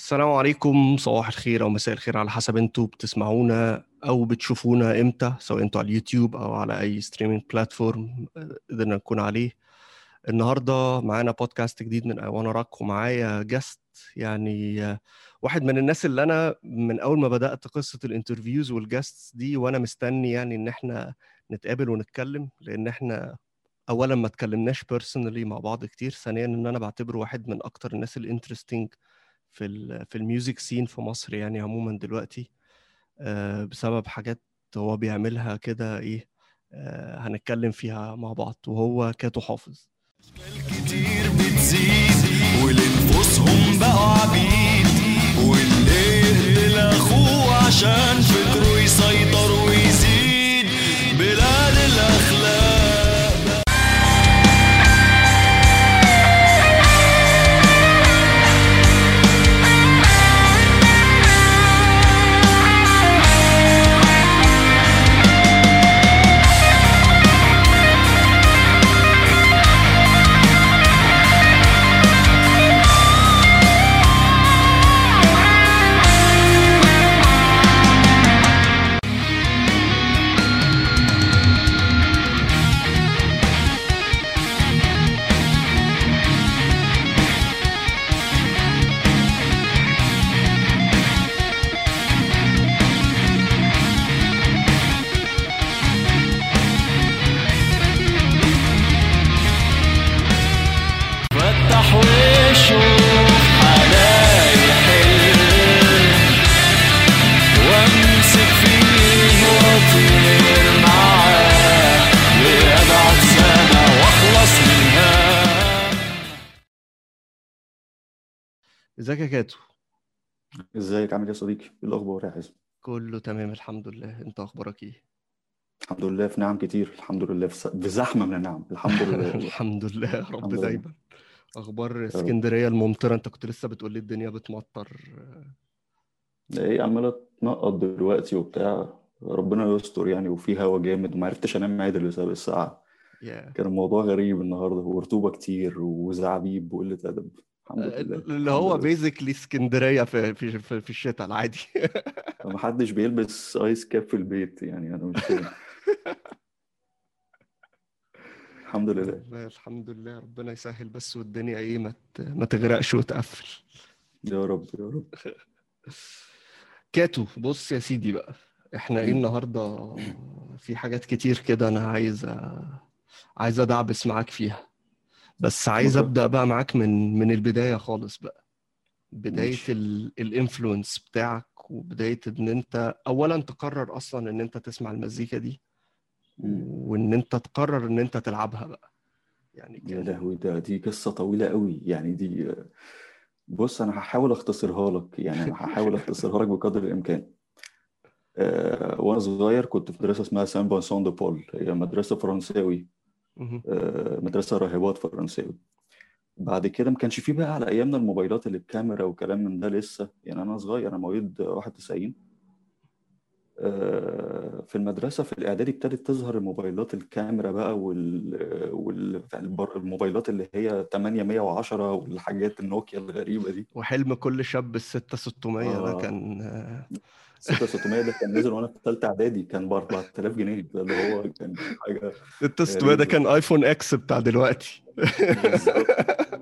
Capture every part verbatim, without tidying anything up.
السلام عليكم، صباح الخير او مساء الخير على حسب انتوا بتسمعونا او بتشوفونا امتى، سواء انتوا على اليوتيوب او على اي ستريمينج بلاتفورم قدرنا نكون عليه. النهارده معانا بودكاست جديد من ايوانا راك، ومعايا جاست يعني آه، واحد من الناس اللي انا من اول ما بدأت قصة الانترفيوز والجاستس دي وانا مستني يعني ان احنا نتقابل ونتكلم، لان احنا اولا ما اتكلمناش بيرسونالي مع بعض كتير، ثانيا ان انا بعتبره واحد من اكتر الناس الانترستينج في ال في الميوزك سين في مصر يعني عموما دلوقتي، آه، بسبب حاجات هو بيعملها كده ايه. آه، هنتكلم فيها مع بعض، وهو كاتو حافظ. كتير بتزيد ولنفوسهم بقوا عبيد، واللي يهدل اخوه عشان فكره يسيطر ويزيد بلاد الاخلاق. فتح وشوف حلاقي حلم وامسك فيه واطير معاه لأبعد سنة واخلص منها. ازيك يا كاتو؟ ازيك عامل ايه يا صديقي؟ ايه الاخبار يا حازم؟ كله تمام الحمد لله، انت اخبارك ايه؟ الحمد لله في نعم كتير، الحمد لله في, س... في زحمه من النعم، الحمد لله والله. الحمد لله يا رب الحمد لله دايما. اخبار يا رب. اسكندرية الممطرة، انت كنت لسه بتقول لي الدنيا بتمطر. ده ايه عماله تنقط دلوقتي وبتاع، ربنا يستر يعني، وفي هوا جامد وما عرفتش انام عادل بسبب الساعه. يا كان الموضوع غريب النهارده، ورطوبه كتير وزعبيب وقله ادب. الحمد لله اللي الحمد هو لله. بيزيكلي اسكندرية في في في في الشتاء العادي. ما حدش بيلبس ايس كاب في البيت يعني، انا مش فاهم. الحمد لله. والله الحمد لله، ربنا يسهل بس، والدنيا ايه ما ت- ما تغرقش وتقفل. يا رب يا رب. كاتو بص يا سيدي بقى، احنا ايه مم. النهارده؟ في حاجات كتير كده انا عايز أ- عايز ادعبس معاك فيها، بس عايز اتفضل. ابدا بقى معاك من من البدايه خالص بقى. بدايه ماشي. الانفلونس بتاعك، وبدايه ان انت اولا تقرر اصلا ان انت تسمع المزيكا دي، مم. وان انت تقرر ان انت تلعبها بقى. يعني يا كان لهوي، ده دي قصة طويلة قوي يعني دي. بص أنا هحاول أختصرها لك، يعني أنا هحاول أختصرها لك بقدر الإمكان. أه وأنا صغير كنت في مدرسة اسمها سان فانسون دو بول، هي مدرسة فرنساوي. مهم. أه مدرسة راهبات فرنساوي. بعد كده ما كانش فيه بقى على أيامنا الموبايلات اللي بكاميرا وكلام من ده لسه، يعني أنا صغير، أنا مواليد واحد وتسعين. آه، في المدرسة في الإعدادي ابتدت تظهر الموبايلات الكاميرا بقى وال... وال... البر- الموبايلات اللي هي ثمانية مية وعشرة والحاجات النوكيا الغريبة دي. وحلم كل شاب الستة ستمية ده اه كان آه، ستة ستمية ده كان نزل وانا في ثالثة إعدادي، كان ب أربعة آلاف جنيه، ده اللي هو كان حاجة ستة ستمية ده غريبة. كان ايفون اكس بتاع دلوقتي. بالظبط.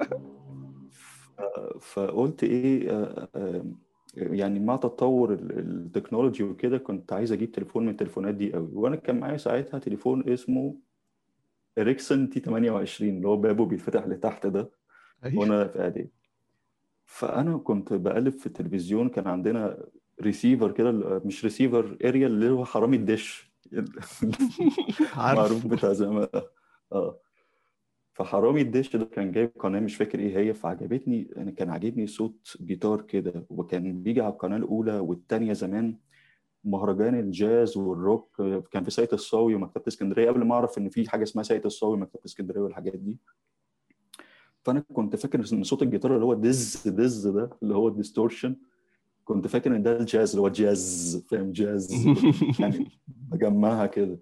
فقلت ايه، آه، آه، يعني مع تطور ال- التكنولوجي وكده كنت عايز اجيب تليفون من التليفونات دي قوي، وانا كان معايا ساعتها تليفون اسمه اريكسون تي ثمانية وعشرين اللي هو بابه بيتفتح لتحت ده، ايوه. وانا في اعدادي. فانا كنت بقلب في التلفزيون، كان عندنا ريسيفر كده، مش ريسيفر، اريال، اللي هو حرامي الدش. معروف عارفه. بتاع زمان. اه فحرامي الدش ده كان جايب قناه مش فاكر ايه هي، فعجبتني، انا كان عاجبني صوت جيتار كده، وكان بيجي على القناه الاولى والثانيه زمان مهرجان الجاز والروك، كان في ساقية الصاوي ومكتبة اسكندريه، قبل ما اعرف ان في حاجه اسمها ساقية الصاوي ومكتبة اسكندريه والحاجات دي. فانا كنت فاكر ان صوت الجيتار اللي هو دز دز ده اللي هو الديستورشن، كنت فاكر ان ده الجاز، اللي هو جاز، فاهم، جاز، كنت يعني بجمعها كده.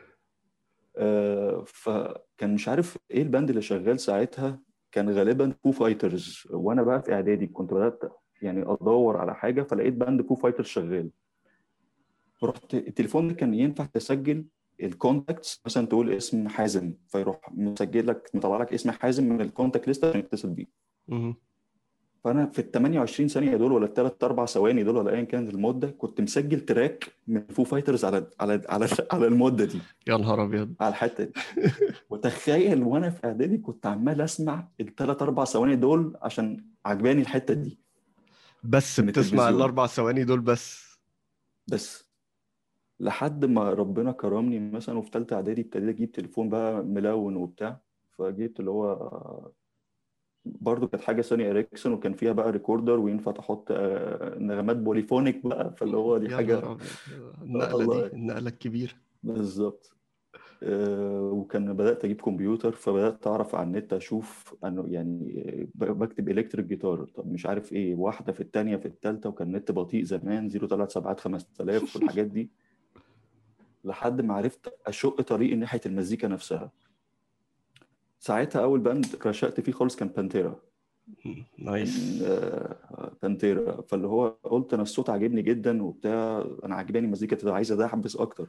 آه فكان مش عارف ايه الباند اللي شغال ساعتها، كان غالبا فو فايترز، وانا بقى في اعدادي كنت بدات يعني ادور على حاجه، فلقيت باند فو فايتر شغال. فرحت التليفون ده كان ينفع تسجل الكونتاكتس، مثلا تقول اسم حازم فيروح مسجل لك مطلع لك اسم حازم من الكونتاكت ليست عشان تتصل بيه. مهم. فانا في ال ثمانية وعشرين ثانيه دول ولا الثلاث اربع ثواني دول ولا ايا كانت المده، كنت مسجل تراك من فو فايترز على على على على المده دي، يا نهار ابيض. على الحته دي. وتخيل وانا في اعدادي كنت عمال اسمع الثلاث اربع ثواني دول عشان عجباني الحته دي بس من بتسمع التلفزيون الاربع ثواني دول بس؟ بس. لحد ما ربنا كرمني مثلا وفي ثالثه اعدادي ابتديت اجيب تليفون بقى ملون وبتاع، فجبت اللي هو برضو كانت حاجه سوني اريكسون، وكان فيها بقى ريكوردر وينفع تحط آه، نغمات بوليفونيك بقى، فاللي هو دي يا نهار حاجه. ابيض، آه النقله دي والله النقله الكبيره. بالظبط. آه، وكان بدات اجيب كمبيوتر، فبدات اعرف على النت اشوف انه يعني ب- بكتب الكتريك جيتار، طب مش عارف ايه، واحده في الثانيه في الثالثه، وكان النت بطيء زمان صفر ثلاثة سبعة خمسة آلاف والحاجات دي، لحد ما عرفت اشق طريقي ناحيه المزيكا نفسها. ساعتها اول باند رشقت فيه خالص كان بانتيرا. كان نايس. آه، بانتيرا، فاللي هو قلت انا الصوت عاجبني جدا وبتاع، انا عاجباني مزيكا كده، عايز احبس اكتر.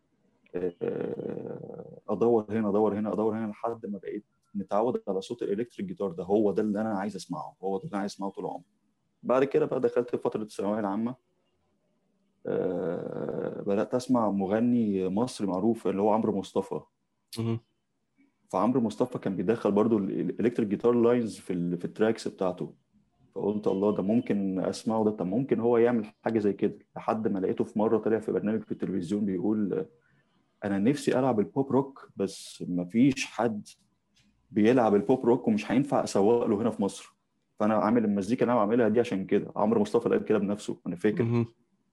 آه، ادور هنا ادور هنا ادور هنا لحد ما بقيت متعود على صوت الالكتريك جيتار ده، هو ده اللي انا عايز اسمعه، هو ده اللي انا عايز اسمعه طول عمري. بعد كده بقى دخلت في فتره الثانويه العامه. آه، بدات اسمع مغني مصري معروف اللي هو عمرو مصطفى. مهم. فعمرو مصطفى كان بيدخل برضو الالكتريك جيتار لاينز في ال في التراكس بتاعته. فقلت الله، ده ممكن اسمعه، ده طب ممكن هو يعمل حاجه زي كده. لحد ما لقيته في مره طلع في برنامج في التلفزيون بيقول انا نفسي العب البوب روك بس مفيش حد بيلعب البوب روك ومش هينفع اسوق له هنا في مصر، فانا عامل المزيكا اللي انا بعملها دي عشان كده. عمرو مصطفى اللي قال كده بنفسه انا فاكر. مهم.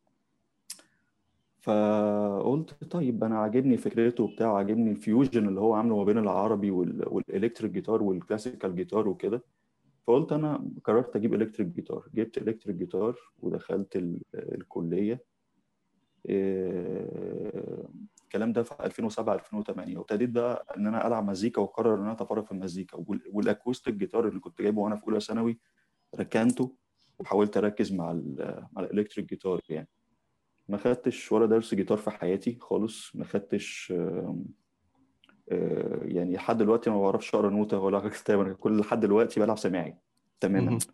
فقلت طيب انا عاجبني فكرته وبتاع، عاجبني الفيوجن اللي هو عامله ما بين العربي وال- والالكتريك جيتار والكلاسيكال جيتار وكده. فقلت انا قررت اجيب الكتريك جيتار. جبت الكتريك جيتار ودخلت ال- الكليه. إيه، الكلام ده في ألفين وسبعة ألفين وثمانية، وابتديت بقى ان انا العب مزيكا واقرر ان انا اتفرغ في المزيكا. وال- والاكوستيك جيتار اللي كنت جايبه وانا في اولى ثانوي ركنته، وحاولت اركز مع ال مع الالكتريك جيتار يعني. ما خدتش ولا درس جيتار في حياتي خالص، ما خدتش آم، آه، يعني لحد دلوقتي ما بعرفش اقرا نوتة ولا كتاب، انا كل لحد دلوقتي بلعب سماعي تماما. مهم.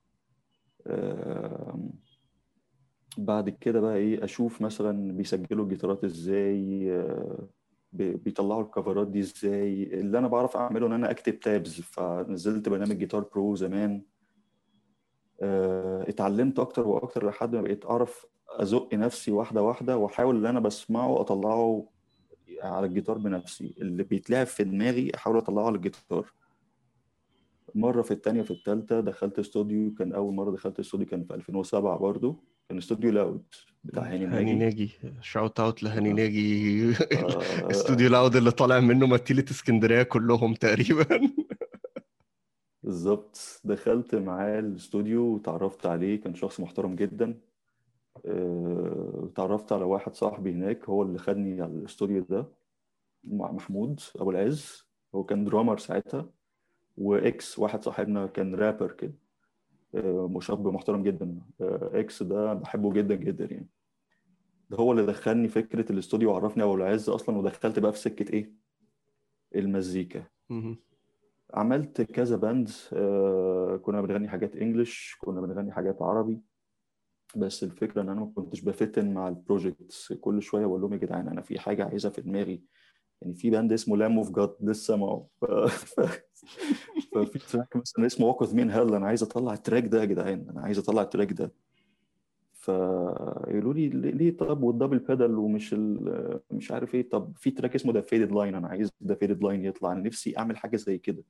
آم، بعد كده بقى ايه، اشوف مثلا بيسجلوا الجيتارات ازاي، آه، بي- بيطلعوا الكفرات دي ازاي. اللي انا بعرف اعمله ان انا اكتب تابز، فنزلت برنامج جيتار برو زمان. آه، اتعلمت اكتر واكتر لحد ما بقيت اعرف ازق نفسي واحده واحده، واحاول اللي انا بسمعه اطلعه على الجيتار بنفسي، اللي بيتلعب في دماغي احاول اطلعه على الجيتار. مره في الثانيه في الثالثه دخلت استوديو. كان اول مره دخلت استوديو كان في ألفين وسبعة برضو، كان استوديو لاود بتاع هاني هاني ناجي. ناجي، شاوت اوت لهاني آه. ناجي. استوديو آه. لاود اللي طالع منه متيلة اسكندرية كلهم تقريبا. بالظبط. دخلت معاه الاستوديو وتعرفت عليه، كان شخص محترم جدا. آه، تعرفت على واحد صاحبي هناك هو اللي خدني على الاستوديو ده، مع محمود ابو العز. هو كان درامر ساعتها. واكس واحد صاحبنا كان رابر كده، آه، شاب محترم جدا. آه، اكس ده بحبه جدا جدا يعني. ده هو اللي دخلني فكرة الاستوديو وعرفني ابو العز اصلا، ودخلت بقى في سكة ايه، المزيكا. مهم. عملت كذا باند. آه، كنا بنغني حاجات انجلش، كنا بنغني حاجات عربي. بس الفكرة ان انا ما كنتش بفتن مع البروجكتس. كل شوية بقول لهم يا جدعان انا في حاجة عايزها في دماغي. يعني في باند اسمه لام اوف جاد لسه سامعه. ف... ف... ففي تراك مثلا اسمه واك اوف مين هيل، انا عايز اطلع التراك ده يا جدعان، انا عايز اطلع التراك ده. فيقولوا لي ليه ليه طب والدبل بيدال ومش ال... مش عارف ايه. طب في تراك اسمه ذا فيدد لاين، انا عايز ذا فيدد لاين يطلع، انا نفسي اعمل حاجه زي كده.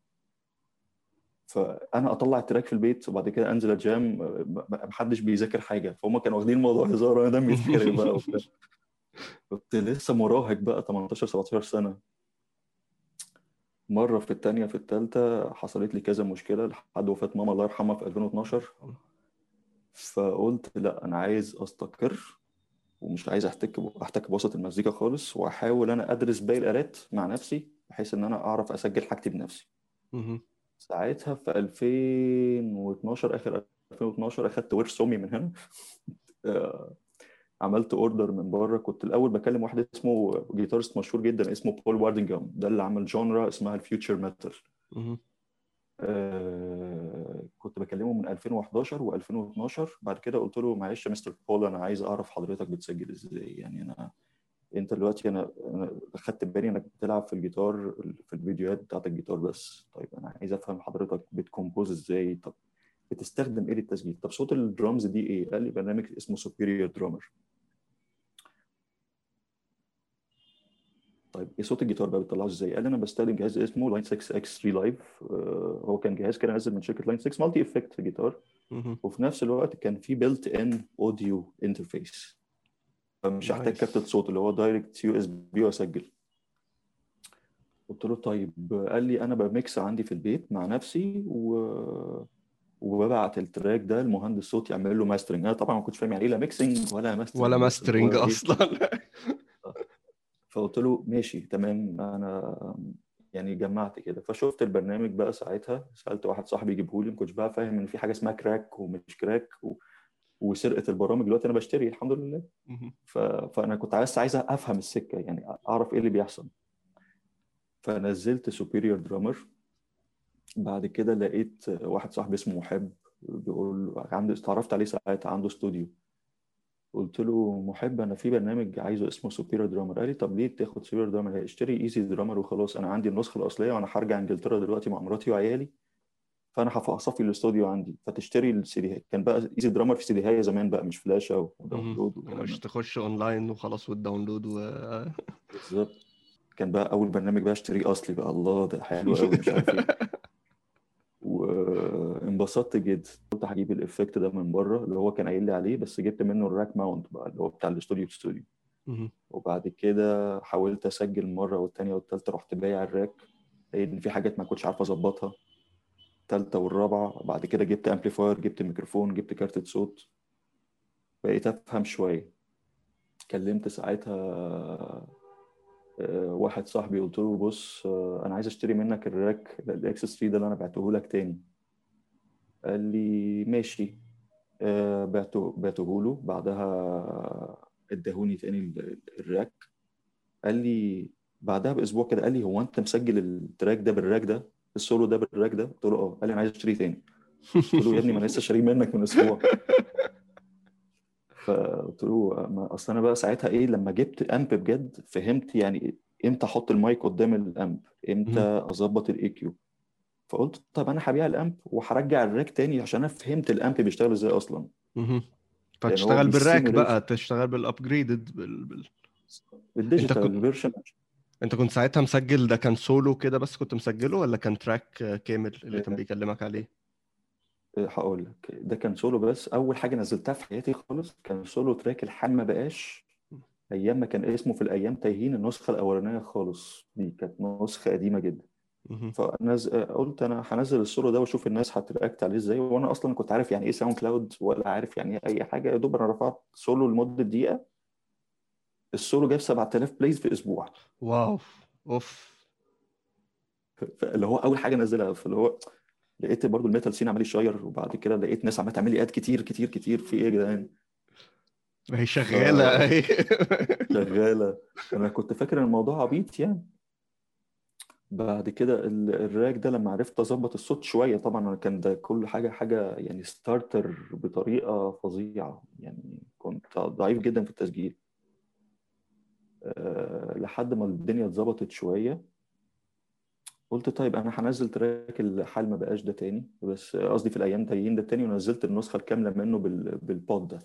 فانا اطلع التراك في البيت وبعد كده انزل الجام، م- محدش بيذاكر حاجه، فهم كانوا واخدين الموضوع هزار وانا دمي يتحرق بقى وبتاع. كنت لسه مراهق بقى تمنتاشر سبعتاشر سنه. مره في الثانيه في الثالثه حصلت لي كذا مشكله لحد وفاه ماما الله يرحمها في ألفين واتناشر. فقلت لا انا عايز استقر، ومش عايز احتك احتك بوسط المزيكا خالص، واحاول انا ادرس باقي الالات مع نفسي بحيث ان انا اعرف اسجل حاجتي بنفسي. مهم. ساعتها في ألفين واتناشر اخر ألفين واثناشر اخدت ورث امي من هنا. آه، عملت اوردر من بره. كنت الاول بكلم واحد اسمه جيتارست مشهور جدا اسمه بول واردنجهام، ده اللي عمل جونرا اسمها الفيوتشر ميتال. مهم. آه، كنت بكلمه من ألفين وحداشر و2012. بعد كده قلت له معلش يا مستر بول، انا عايز اعرف حضرتك بتسجل ازاي. يعني انا انت دلوقتي انا انا خدت بالي انك بتلعب في الجيتار في الفيديوهات بتاعت الجيتار بس. طيب انا عايز افهم حضرتك بتكمبوز ازاي، طب بتستخدم ايه للتسجيل، طب صوت الدرامز دي ايه. قال لي برنامج اسمه سوبيريور درامر. طيب ايه صوت الجيتار بقى بتطلعه ازاي؟ قال لي انا بستخدم جهاز اسمه لاين ستة اكس ثلاثة لايف. هو كان جهاز كده نازل من شركه لاين ستة، مالتي افكت جيتار، مهم. وفي نفس الوقت كان في بيلت ان اوديو انترفيس، فمش هحتاج كارت نايس. صوت اللي هو دايركت يو اس بي واسجل. قلت له طيب. قال لي انا بميكس عندي في البيت مع نفسي و... وببعت التراك ده لمهندس صوت يعمل له ماسترنج. انا طبعا ما كنتش فاهم يعني ايه لا ميكسنج ولا ولا ماسترنج، بس اللي هو ماسترينج ايه. اصلا. فقلت له ماشي تمام. انا يعني جمعت كده، فشفت البرنامج بقى ساعتها. سالت واحد صاحبي يجيبه لي، ما كنتش بقى فاهم ان في حاجه اسمها كراك ومش كراك و... وسرقه البرامج. دلوقتي انا بشتري الحمد لله. مهم. ف... فانا كنت عايز عايز افهم السكه، يعني اعرف ايه اللي بيحصل. فنزلت سوبيريور درامر. بعد كده لقيت واحد صاحبي اسمه محب بيقول عنده، اتعرفت عليه ساعتها عنده استوديو. قلت له محب انا في برنامج عايزه اسمه سوبيريور درامر. قال لي طب ليه تاخد سوبيريور درامر؟ اشتري ايزي درامر وخلاص. انا عندي النسخه الاصليه وانا هرجع انجلترا دلوقتي مع مراتي وعيالي، فانا هصفي الاستوديو عندي، فتشتري السي دي. كان بقى ايزي درامر في سي دي هاي زمان بقى، مش فلاشه مهم. وداونلود وكلام مش من ده. تخش اونلاين وخلاص والداونلود و بالظبط. كان بقى اول برنامج بقى اشتريه اصلي بقى، الله ده حلو قوي مش عارف ايه. وانبسطت جدا. قلت هجيب الافكت ده من بره اللي هو كان قايل لي عليه، بس جبت منه الراك ماونت بقى اللي هو بتاع الاستوديو تو ستوديو. مهم. وبعد كده حاولت اسجل مره والتانيه والتالته، رحت بايع الراك لان في حاجات ما كنتش عارف اظبطها. التالته والرابعه بعد كده جبت امبليفاير، جبت ميكروفون، جبت كارت صوت، بقيت افهم شويه. كلمت ساعتها آه، واحد صاحبي قلت له بص، آه، انا عايز اشتري منك الراك الاكس ثلاثة ده اللي انا بعته لك تاني. قال لي ماشي. آه، بعته بعته له. بعدها اداهوني تاني ال- الراك. قال لي بعدها باسبوع كده، قال لي هو انت مسجل التراك ده بالراك ده، السولو ده بالراك ده؟ قلت له اه. قال لي انا عايز اشتري تاني. قلت له يا ابني ما انا لسه شاريه منك من اسبوع. فقلت له ما اصل انا بقى ساعتها ايه، لما جبت امب بجد فهمت يعني امتى احط المايك قدام الامب، امتى مهم. اظبط الاي كيو. فقلت طب انا هبيع الامب وهرجع الراك تاني عشان انا فهمت الامب بيشتغل ازاي اصلا. مهم. لان هو فتشتغل بالراك بيسيموليت بقى، تشتغل بالابجريدد بال... بال... انت ك... الديجيتال فيرجن. انت كنت ساعتها مسجل ده كان سولو كده بس كنت مسجله، ولا كان تراك آه، كامل اللي كان بيكلمك عليه؟ هقول لك ده كان سولو بس. اول حاجه نزلتها في حياتي خالص كان سولو تراك الحال ما بقاش. ايام ما كان اسمه في الايام تايهين، النسخه الاولانيه خالص دي كانت نسخه قديمه جدا. مهم. فنز... قلت انا هنزل السولو ده واشوف الناس هترياكت عليه ازاي. وانا اصلا كنت عارف يعني ايه ساوند كلاود ولا عارف يعني ايه اي حاجه. يا دوب انا رفعت سولو لمده دقيقه، السولو جاب سبعة آلاف بلايز في اسبوع. واو. اوف. فاللي هو اول حاجه نزلها، فاللي هو لقيت برضو الميتال سين عمال يشير. وبعد كده لقيت ناس عماله تعمل لي اد كتير كتير كتير. في ايه يا جدعان؟ ما هي ف شغالة اهي. شغاله. انا كنت فاكر ان الموضوع عبيط يعني. بعد كده ال- الراك ده لما عرفت اظبط الصوت شويه، طبعا انا كان ده كل حاجه حاجه يعني ستارتر بطريقه فظيعه. يعني كنت ضعيف جدا في التسجيل. أه لحد ما الدنيا اتظبطت شويه، قلت طيب انا هنزل تراك الحال ما بقاش ده تاني، بس قصدي في الايام تايين ده تاني، ونزلت النسخه الكامله منه بال- بالبود ده.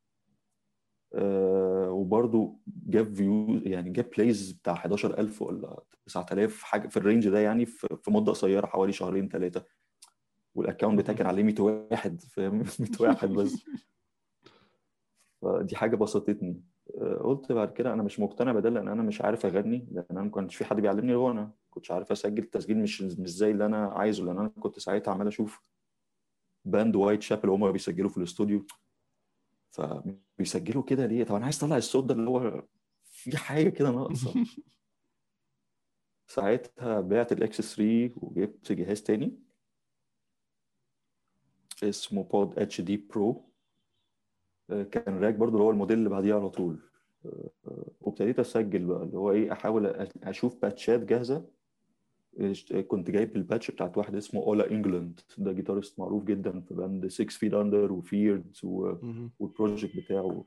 أه وبرضو جاب فيو، يعني جاب بلايز بتاع حداشر ألف ولا تسعة آلاف حاجه في الرينج ده، يعني في في مده قصيره حوالي شهرين ثلاثه. والاكونت بتاعي كان عليه مية واحد، فاهم؟ مية واحد بس. فدي حاجه بسطتني. أه قلت بعد كده انا مش مقتنع بده، لان انا مش عارف اغني، لان انا ما كانش في حد بيعلمني غنى. ما كنتش عارف اسجل تسجيل مش مش زي اللي انا عايزه، لان انا كنت ساعتها عمال اشوف باند وايت شابل وهم بيسجلوا في الاستوديو. فبيسجلوا كده ليه؟ طب انا عايز اطلع الصوت ده اللي هو في حاجه كده ناقصه. ساعتها بعت الاكس ثلاثة وجبت جهاز تاني. اسمه بود اتش دي برو. كان راك برضو اللي هو الموديل اللي بعديه على طول. آه، آه، وابتديت اسجل بقى اللي هو ايه، احاول أ- اشوف باتشات جاهزه. اشت- كنت جايب الباتش بتاعت واحد اسمه اولا انجلاند، ده جيتارست معروف جدا في باند ستة فيت اندر وفيردز مهم. والبروجكت بتاعه.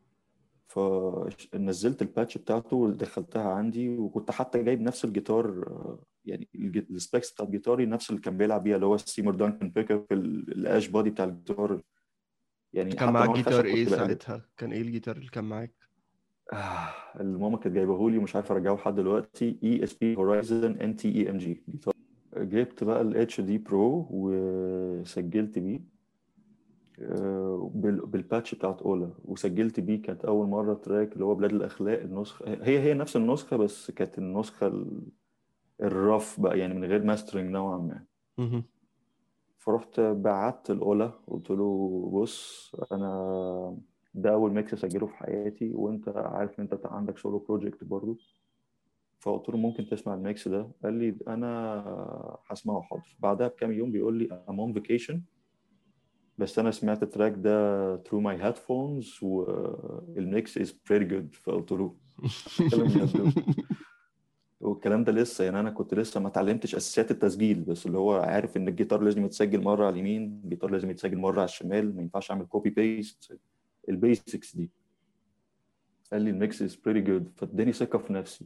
فنزلت الباتش بتاعته ودخلتها عندي، وكنت حتى جايب نفس الجيتار. آه، يعني الج- السبيكس بتاع جيتاري نفس اللي كان بيلعب بيها، اللي هو السيمر دانكن بيك اب، الاش بادي بتاع الجيتار. يعني كان حتى معاك نوع الخشب جيتار ايه كنت بقلب. ساعتها؟ كان ايه الجيتار اللي كان معاك؟ آه، الماما كانت جايبه لي ومش عارف ارجعه لحد دلوقتي، اي اس بي هورايزن ان تي اي ام جي جيتار. جبت بقى الاتش دي برو وسجلت بيه آه، بال- بالباتش بتاعت اولا، وسجلت بيه. كانت اول مره تراك اللي هو بلاد الاخلاق، النسخه هي هي نفس النسخه، بس كانت النسخه ال- الرف بقى، يعني من غير ماسترنج نوعا ما. مهم. فرحت بعت الاولا، قلت له بص انا ده اول ميكس اسجله في حياتي، وانت عارف ان انت عندك سولو بروجكت برضو. فقلت له ممكن تسمع الميكس ده؟ قال لي انا هسمعه حاضر. بعدها بكام يوم بيقول لي I'm on vacation، بس انا سمعت التراك ده through my headphones والميكس is pretty good. فقلت له اتكلم بجد. والكلام ده لسه، يعني انا كنت لسه ما اتعلمتش اساسيات التسجيل، بس اللي هو عارف ان الجيتار لازم يتسجل مره على اليمين، الجيتار لازم يتسجل مره على الشمال، ما ينفعش اعمل كوبي بيست، البيسكس دي. قال لي الميكس is pretty good، فاداني ثقه في نفسي.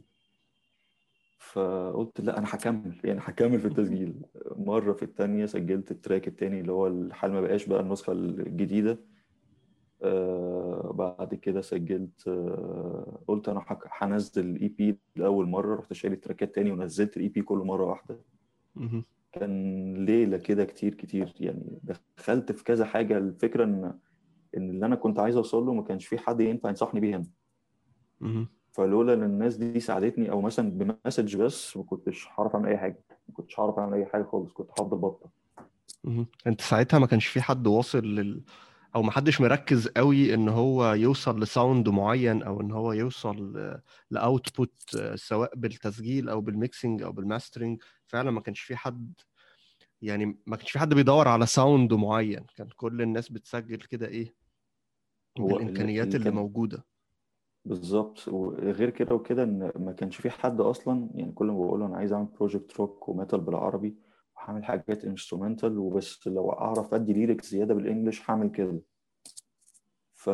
فقلت لا انا هكمل، يعني هكمل في التسجيل. مره في التانية سجلت التراك التاني اللي هو الحال ما بقاش بقى النسخه الجديده. آه بعد كده سجلت، آه قلت انا هك- هنزل الاي بي لاول مره، رحت شايل التراكات تاني ونزلت الاي بي كله مره واحده. مهم. كان ليله كده كتير كتير، يعني دخلت في كذا حاجه. الفكره ان ان اللي انا كنت عايز اوصل له ما كانش في حد ينفع ينصحني بيه هنا. مهم. فلولا ان الناس دي ساعدتني، او مثلا بمسج بس، ما كنتش هعرف اعمل اي حاجه، ما كنتش هعرف اعمل اي حاجه خالص، كنت هفضل بطل. مهم. انت ساعتها ما كانش في حد واصل لل او ما حدش مركز قوي ان هو يوصل لساوند معين، او ان هو يوصل لاوتبوت سواء بالتسجيل او بالميكسينج او بالماسترنج. فعلا ما كانش في حد، يعني ما كانش في حد بيدور على ساوند معين، كان كل الناس بتسجل كده ايه هو اللي بالامكانيات اللي اللي كان موجودة. بالظبط. وغير كده وكده ان ما كانش في حد اصلا، يعني كل ما بقول له انا عايز اعمل بروجكت روك وميتال بالعربي وهعمل حاجات انسترومنتال وبس، لو اعرف ادي ليركس زياده بالانجلش هعمل كده. ف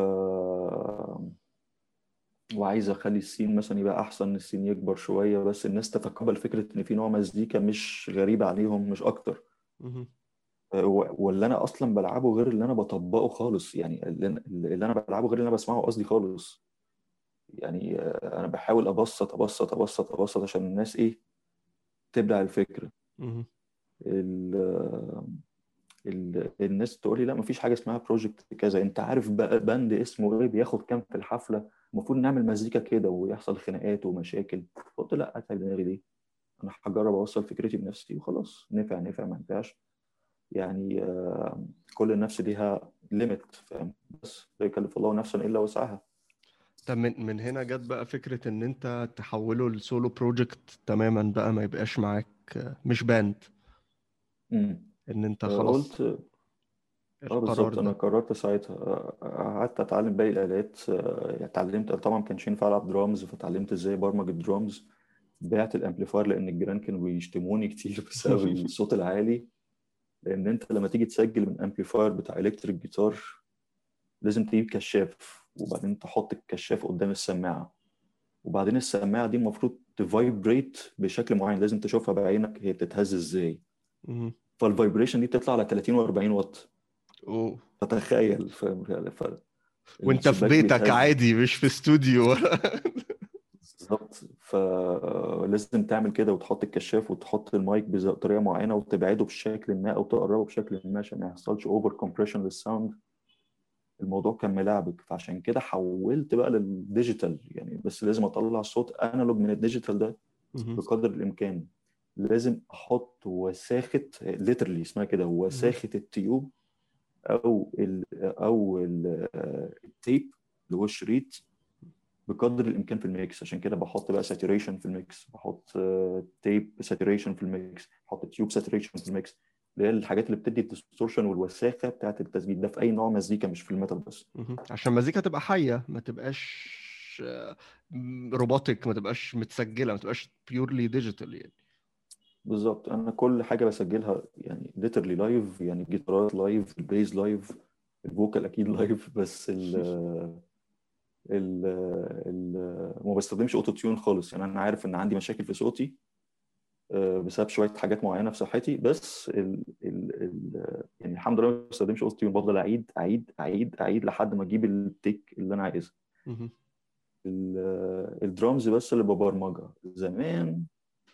وعايز اخلي السين مثلا يبقى احسن، السين يكبر شويه، بس الناس تتقبل فكره ان في نوع مزيكا مش غريبه عليهم، مش اكتر. مهم. و- واللي انا اصلا بلعبه غير اللي انا بطبقه خالص، يعني اللي أنا اللي أنا بلعبه غير اللي انا بسمعه قصدي خالص. يعني آه، انا بحاول ابسط ابسط ابسط ابسط عشان الناس ايه، تبدع الفكره. مهم. ال ال الناس تقول لي لا مفيش حاجه اسمها بروجكت كذا، انت عارف بقى باند اسمه ايه بياخد كام في الحفله، المفروض نعمل مزيكا كده، ويحصل خناقات ومشاكل. قلت لا، اتعب دماغي دي، انا هجرب اوصل فكرتي بنفسي وخلاص، نفع نفع ما نفعش. يعني آه، كل نفس ليها ليميت، فاهم؟ بس لا يكلف الله نفسا الا وسعها. طب من من هنا جت بقى فكرة ان انت تحوله لسولو بروجكت تماما بقى، ما يبقاش معاك مش باند، امم ان انت آه، خلاص قلت اه القرار بالظبط. انا ده. قررت ساعتها، آه، قعدت اتعلم باقي الالات. آه، يعني اتعلمت طبعا ما كانش ينفع العب درامز، فتعلمت ازاي برمج الدرامز. بعت الامبليفاير لان الجيران كانوا بيشتموني كتير بسبب الصوت العالي. لان انت لما تيجي تسجل من امبليفاير بتاع الكتريك جيتار لازم تجيب كشاف، وبعدين تحط الكشاف قدام السماعه، وبعدين السماعه دي المفروض تفايبريت بشكل معين، لازم تشوفها بعينك هي بتتهز ازاي. مهم. فالفايبريشن دي بتطلع على ثلاثين و40 واط. أوه. فتخيل، فاهم؟ وانت في الشباك بيتك بيتهز. عادي مش في استوديو. بالظبط. فلازم تعمل كده، وتحط الكشاف وتحط المايك بز- بطريقه معينه، وتبعده بشكل ما او تقربه بشكل ما عشان ما يحصلش اوفر كومبريشن للساوند. الموضوع كان ملعبك، فعشان كده حولت بقى للديجيتال يعني، بس لازم اطلع صوت انالوج من الديجيتال ده مهم. بقدر الامكان. لازم احط وساخه، ليترلي اسمها كده، مهم. وساخه التيوب او ال او ال- التيب اللي هو الشريط بقدر الامكان في الميكس. عشان كده بحط بقى ساتوريشن في الميكس، بحط تيب ساتوريشن في الميكس، بحط تيوب ساتوريشن في الميكس. اللي هي الحاجات اللي بتدي الديستورشن والوساخه بتاعت التسجيل ده في اي نوع مزيكا، مش في الميتال بس. مهم. عشان المزيكا تبقى حيه، ما تبقاش آه، روبوتك، ما تبقاش متسجله، ما تبقاش بيورلي ديجيتال يعني. بالظبط. انا كل حاجه بسجلها يعني ليترلي لايف، يعني الجيتارات لايف، البيز لايف، الفوكال اكيد لايف، بس ال ال ال ما بستخدمش اوتو تيون خالص. يعني انا عارف ان عندي مشاكل في صوتي آه، بسبب شويه حاجات معينه في صحتي، بس ال ال ال يعني الحمد لله ما بستخدمش اوتو تيون، بفضل اعيد اعيد اعيد اعيد لحد ما اجيب التيك اللي انا عايزه. مهم. ال- الدرامز بس اللي ببرمجها. زمان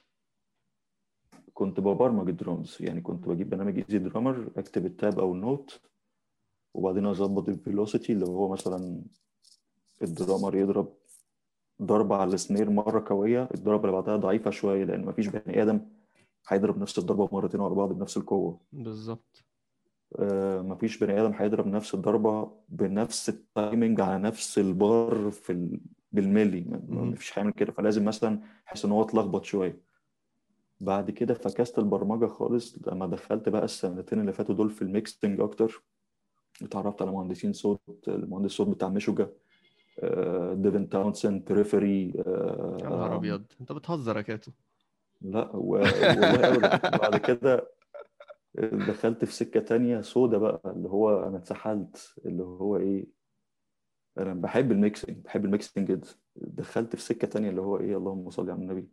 كنت ببرمج الدرامز، يعني كنت بجيب برنامج ايزي درامر، اكتب التاب او النوت، وبعدين اظبط الفيلوسيتي، اللي هو مثلا الدرامر يضرب ضربة على السنير مرة قوية، الضربة اللي بعدها ضعيفة شوية، لأن مفيش بني آدم هيضرب نفس الضربة مرتين ورا بعض بنفس القوة. بالظبط. آه، مفيش بني آدم هيضرب نفس الضربة بنفس التايمنج على نفس البار في ال... بالملي، ما- ما- مهم. مفيش هيعمل كده، فلازم مثلا يحس إن هو اتلخبط شوية. بعد كده فكست البرمجة خالص لما دخلت بقى السنتين اللي فاتوا دول في الميكسنج أكتر. اتعرفت على مهندسين صوت، المهندس الصوت بتاع ميشوجا، آه، ديفن تاونسن، بريفري. يا نهار ابيض، انت بتهزر يا كاتو. لا و- والله ابدا. بعد كده دخلت في سكة تانية سودا بقى، اللي هو انا اتسحلت، اللي هو ايه، انا بحب الميكسينج، بحب الميكسينج جدا. دخلت في سكة تانية اللي هو ايه، اللهم صل على النبي.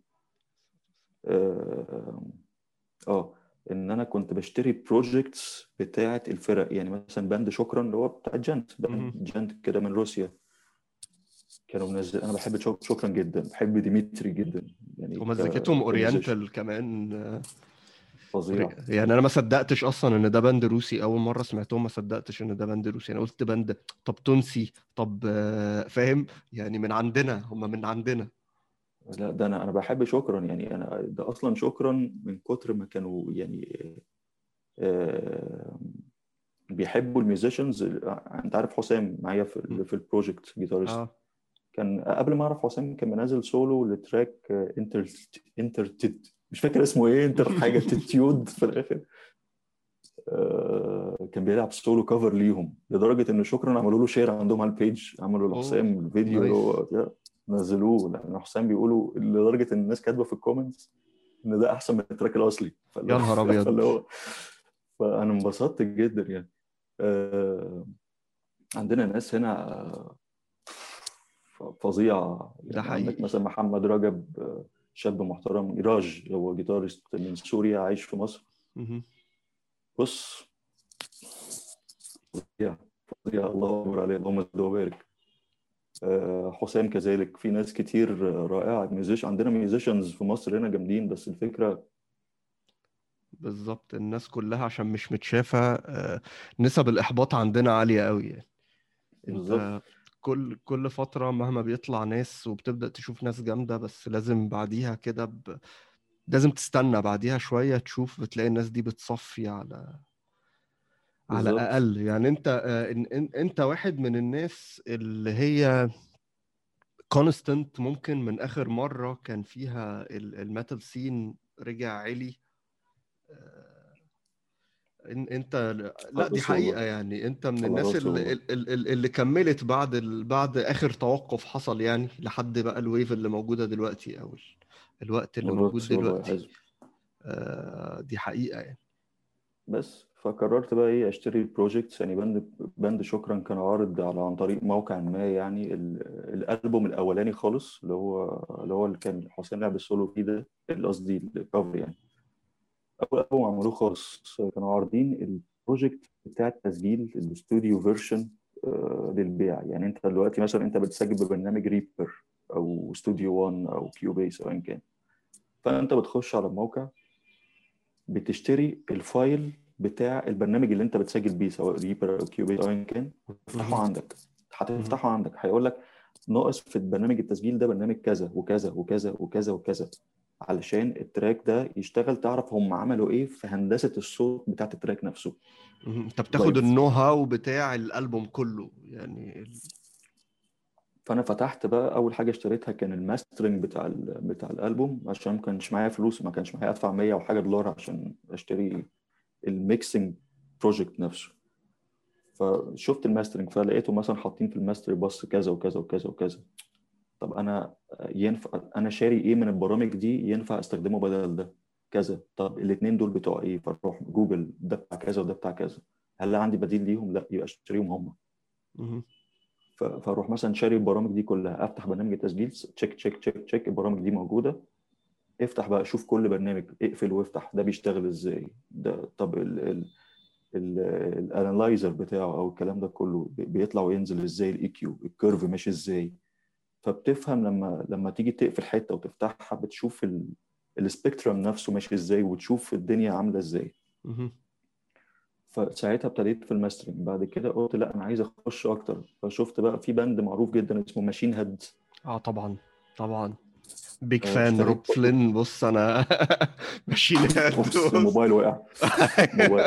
اه آه، ان انا كنت بشتري بروجكتس بتاعه الفرق، يعني مثلا باند شكرا اللي هو بتاع جنت، باند مهم. جنت كده من روسيا، كانوا منزل. انا بحب شك- شكرا جدا، بحب ديمتري جدا، يعني ك ومزيكتهم كميوزيشن اورينتال كمان آه، فظيع. يعني انا ما صدقتش اصلا ان ده باند روسي. اول مره سمعتهم ما صدقتش ان ده باند روسي. انا قلت باند طب تونسي، طب آه، فاهم يعني من عندنا، هم من عندنا. لا ده انا انا بحب شكرا، يعني انا ده اصلا شكرا من كتر ما كانوا يعني آه، بيحبوا الميوزيشنز. انت عارف حسام معايا في م. ال- في البروجكت جيتارست، اه كان قبل ما اعرف حسام كان منزل سولو لتراك آه، انتر انتر تد- مش فاكر اسمه ايه، انتر حاجه تتيود في الاخر. آه، كان بيلعب سولو كفر ليهم، لدرجه ان شكرا عملوا له شير عندهم على البيج، عملوا اوه لحسام الفيديو اللي نايس. هو ده، نزلوه. لان حسام بيقولوا لدرجه ان الناس كاتبه في الكومنتس ان ده احسن من التراك الاصلي، فاللي يا هو نهار ابيض. فاللي هو فانا انبسطت جدا يعني. آه، عندنا ناس هنا آه، فظيعه، ده يعني عندك حقيقي. مثلا محمد رجب، آه، شاب محترم، راج هو جيتارست من سوريا عايش في مصر. مهم. بص، فظيع فظيع، الله اكبر عليه، اللهم صل وبارك. آه، حسام كذلك، في ناس كتير رائعه ميوزيش. عندنا ميوزيشنز في مصر هنا جامدين، بس الفكره بالظبط، الناس كلها عشان مش متشافة آه، نسب الإحباط عندنا عالية قوي يعني. بالظبط. انت كل كل فترة مهما بيطلع ناس وبتبدأ تشوف ناس جامدة، بس لازم بعديها كده ب... لازم تستنى بعديها شوية تشوف بتلاقي الناس دي بتصفي على على بالظبط. الأقل. يعني انت آه، إن... إن... انت واحد من الناس اللي هي كونستنت. ممكن من آخر مرة كان فيها ال- الميتال سين رجع علي آه، إن- انت لا دي خلاص حقيقة. والله. يعني انت من على الناس راسي اللي, والله. اللي, اللي كملت بعد ال... بعد اخر توقف حصل يعني، لحد بقى الويف اللي موجودة دلوقتي او ال... الوقت اللي على موجود راسي والله يا دلوقتي. حازم. آه دي حقيقة يعني. بس فقررت بقى ايه اشتري البروجكتس، يعني بند بند شكرا كان عارض على عن طريق موقع ما، يعني ال- الالبوم الاولاني خالص، اللي هو اللي هو اللي كان حسين لعب السولو فيه ده، اللي قصدي الكفر يعني. اول البوم عملوه خالص كانوا عارضين البروجكت بتاع التسجيل الاستوديو فيرجن للبيع. يعني انت دلوقتي مثلا انت بتسجل ببرنامج ريبر او استوديو وان او كيوبيس او ايا كان، فانت بتخش على الموقع، بتشتري الفايل بتاع البرنامج اللي انت بتسجل بيه، سواء ريبر او كيوبيس او ايا كان، وتفتحه مهم. عندك. مهم. هتفتحه عندك هيقول لك ناقص في البرنامج التسجيل ده برنامج كذا وكذا وكذا وكذا وكذا، علشان التراك ده يشتغل، تعرف هم عملوا ايه في هندسة الصوت بتاعت التراك نفسه مهم. انت بتاخد لايف. النو هاو بتاع الالبوم كله يعني ال... فانا فتحت بقى، اول حاجه اشتريتها كان الماسترنج بتاع ال بتاع الالبوم، عشان ما كانش معايا فلوس، ما كانش معايا ادفع مية وحاجه دولار عشان اشتري الميكسنج بروجكت نفسه. فشفت الماسترنج فلقيته مثلا حاطين في الماستر بس كذا وكذا وكذا وكذا. طب انا ينفع انا شاري ايه من البرامج دي ينفع استخدمه بدل ده كذا؟ طب الاثنين دول بتوع ايه؟ فاروح جوجل ده بتاع كذا وده بتاع كذا، هل عندي بديل ليهم؟ لا، يبقى اشتريهم هم. مهم. ف- فاروح مثلا شاري البرامج دي كلها، افتح برنامج التسجيل، تشيك تشيك تشيك تشيك البرامج دي موجوده، افتح بقى شوف كل برنامج، اقفل وافتح ده بيشتغل ازاي، ده طب الانالايزر بتاعه او الكلام ده كله بي- بيطلع وينزل ازاي، الاي كيو الكيرف ماشي ازاي. فبتفهم لما لما تيجي تقفل حته وتفتحها بتشوف السبيكترم نفسه ماشي ازاي، وتشوف الدنيا عامله ازاي. مهم. فساعتها ابتديت في الماسترنج. بعد كده قلت لا انا عايز اخش اكتر، فشفت بقى في باند معروف جدا اسمه ماشين هيد. اه طبعا طبعا بيج آه، فان روب اشتريت برضه. فلين. بص انا ماشي هاد. اوبس، بص الموبايل وقع. موبايل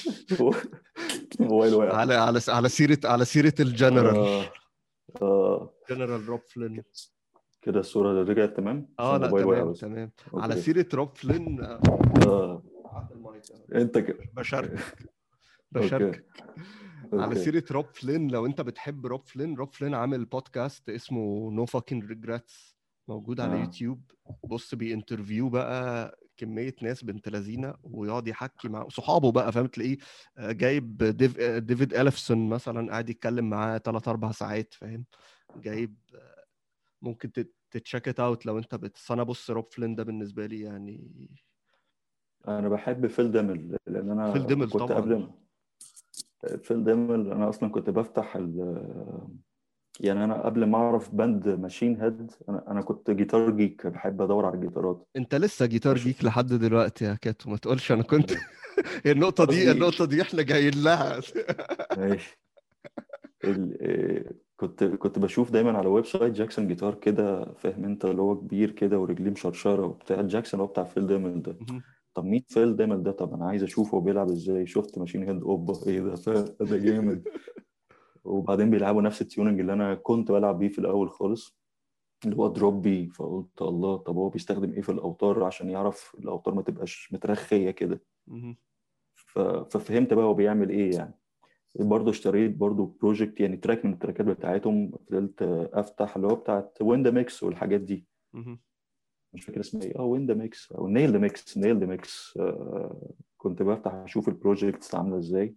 موبايل وقع. على على على سيرة على سيرة الجنرال آه آه جنرال روب فلين. كده الصورة رجعت تمام عشان اه لا الموبايل وقع تمام بس. تمام. على اوكي. سيرة روب فلين آه، آه عدى المايك أهو. انت كده. بشاركك اوكي بشاركك على اوكي. سيرة روب فلين. لو انت بتحب روب فلين، روب فلين عامل بودكاست اسمه نو فاكين ريجريتس، موجود على اه يوتيوب. بص بينترفيو بقى كمية ناس بنت لذينة، ويقعد يحكي مع صحابه بقى، فاهم؟ تلاقيه آه، جايب ديف... آه، ديفيد أليفسون مثلا قاعد يتكلم معاه ثلاث أربع ساعات، فاهم؟ جايب آه، ممكن تتشيك ات اوت لو انت بت انا بص روب فلين ده بالنسبة لي يعني. انا بحب فيل ديمل لان فيل انا ديمل كنت طبعا. قبل ما- فيل ديمل انا اصلا كنت بفتح ال... يعني انا قبل ما اعرف باند ماشين هيد انا انا كنت جيتار جيك، بحب ادور على الجيتارات. انت لسه جيتار فش... جيك لحد دلوقتي يا كاتو، ما تقولش انا كنت. النقطة دي قصدي النقطة دي احنا جايين لها. ماشي. ال... آه، كنت كنت بشوف دايما على ويب سايت جاكسون جيتار كده، فاهم انت، اللي هو كبير كده ورجليه مشرشره وبتاع. جاكسون هو بتاع فيل ديمل ده. مهم. طب مين فيل ديمل ده؟ طب انا عايز اشوفه هو بيلعب ازاي. شفت ماشين هيد، اوبا ايه ده، ف- ده جامد. وبعدين بيلعبوا نفس التيوننج اللي انا كنت بلعب بيه في الاول خالص، اللي هو دروب بي. فقلت الله، طب هو بيستخدم ايه في الاوتار عشان يعرف الاوتار ما تبقاش مترخيه كده. مهم. ف... ففهمت بقى هو بيعمل ايه يعني. برضه اشتريت برضه بروجكت يعني تراك من التراكات بتاعتهم، فضلت افتح اللي هو بتاعت ويندا ميكس والحاجات دي. مهم. مش فاكر اسمها ايه، اه ويندا ميكس او نيل ميكس نيل ميكس. آه كنت بفتح اشوف البروجكتس عامله ازاي.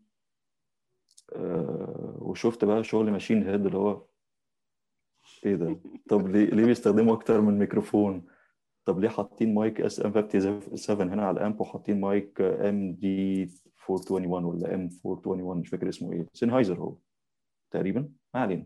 آه وشفت بقى شغل ماشين هيد اللي هو ايه ده. طب ليه ليه بيستخدموا اكتر من ميكروفون؟ طب ليه حاطين مايك اس ام خمسة وخمسين هنا على الامب، وحاطين مايك ام دي أربعمية وواحد ولا ام أربعمية وواحد، مش فاكر اسمه ايه، سينهايزر هو تقريبا، ما علينا.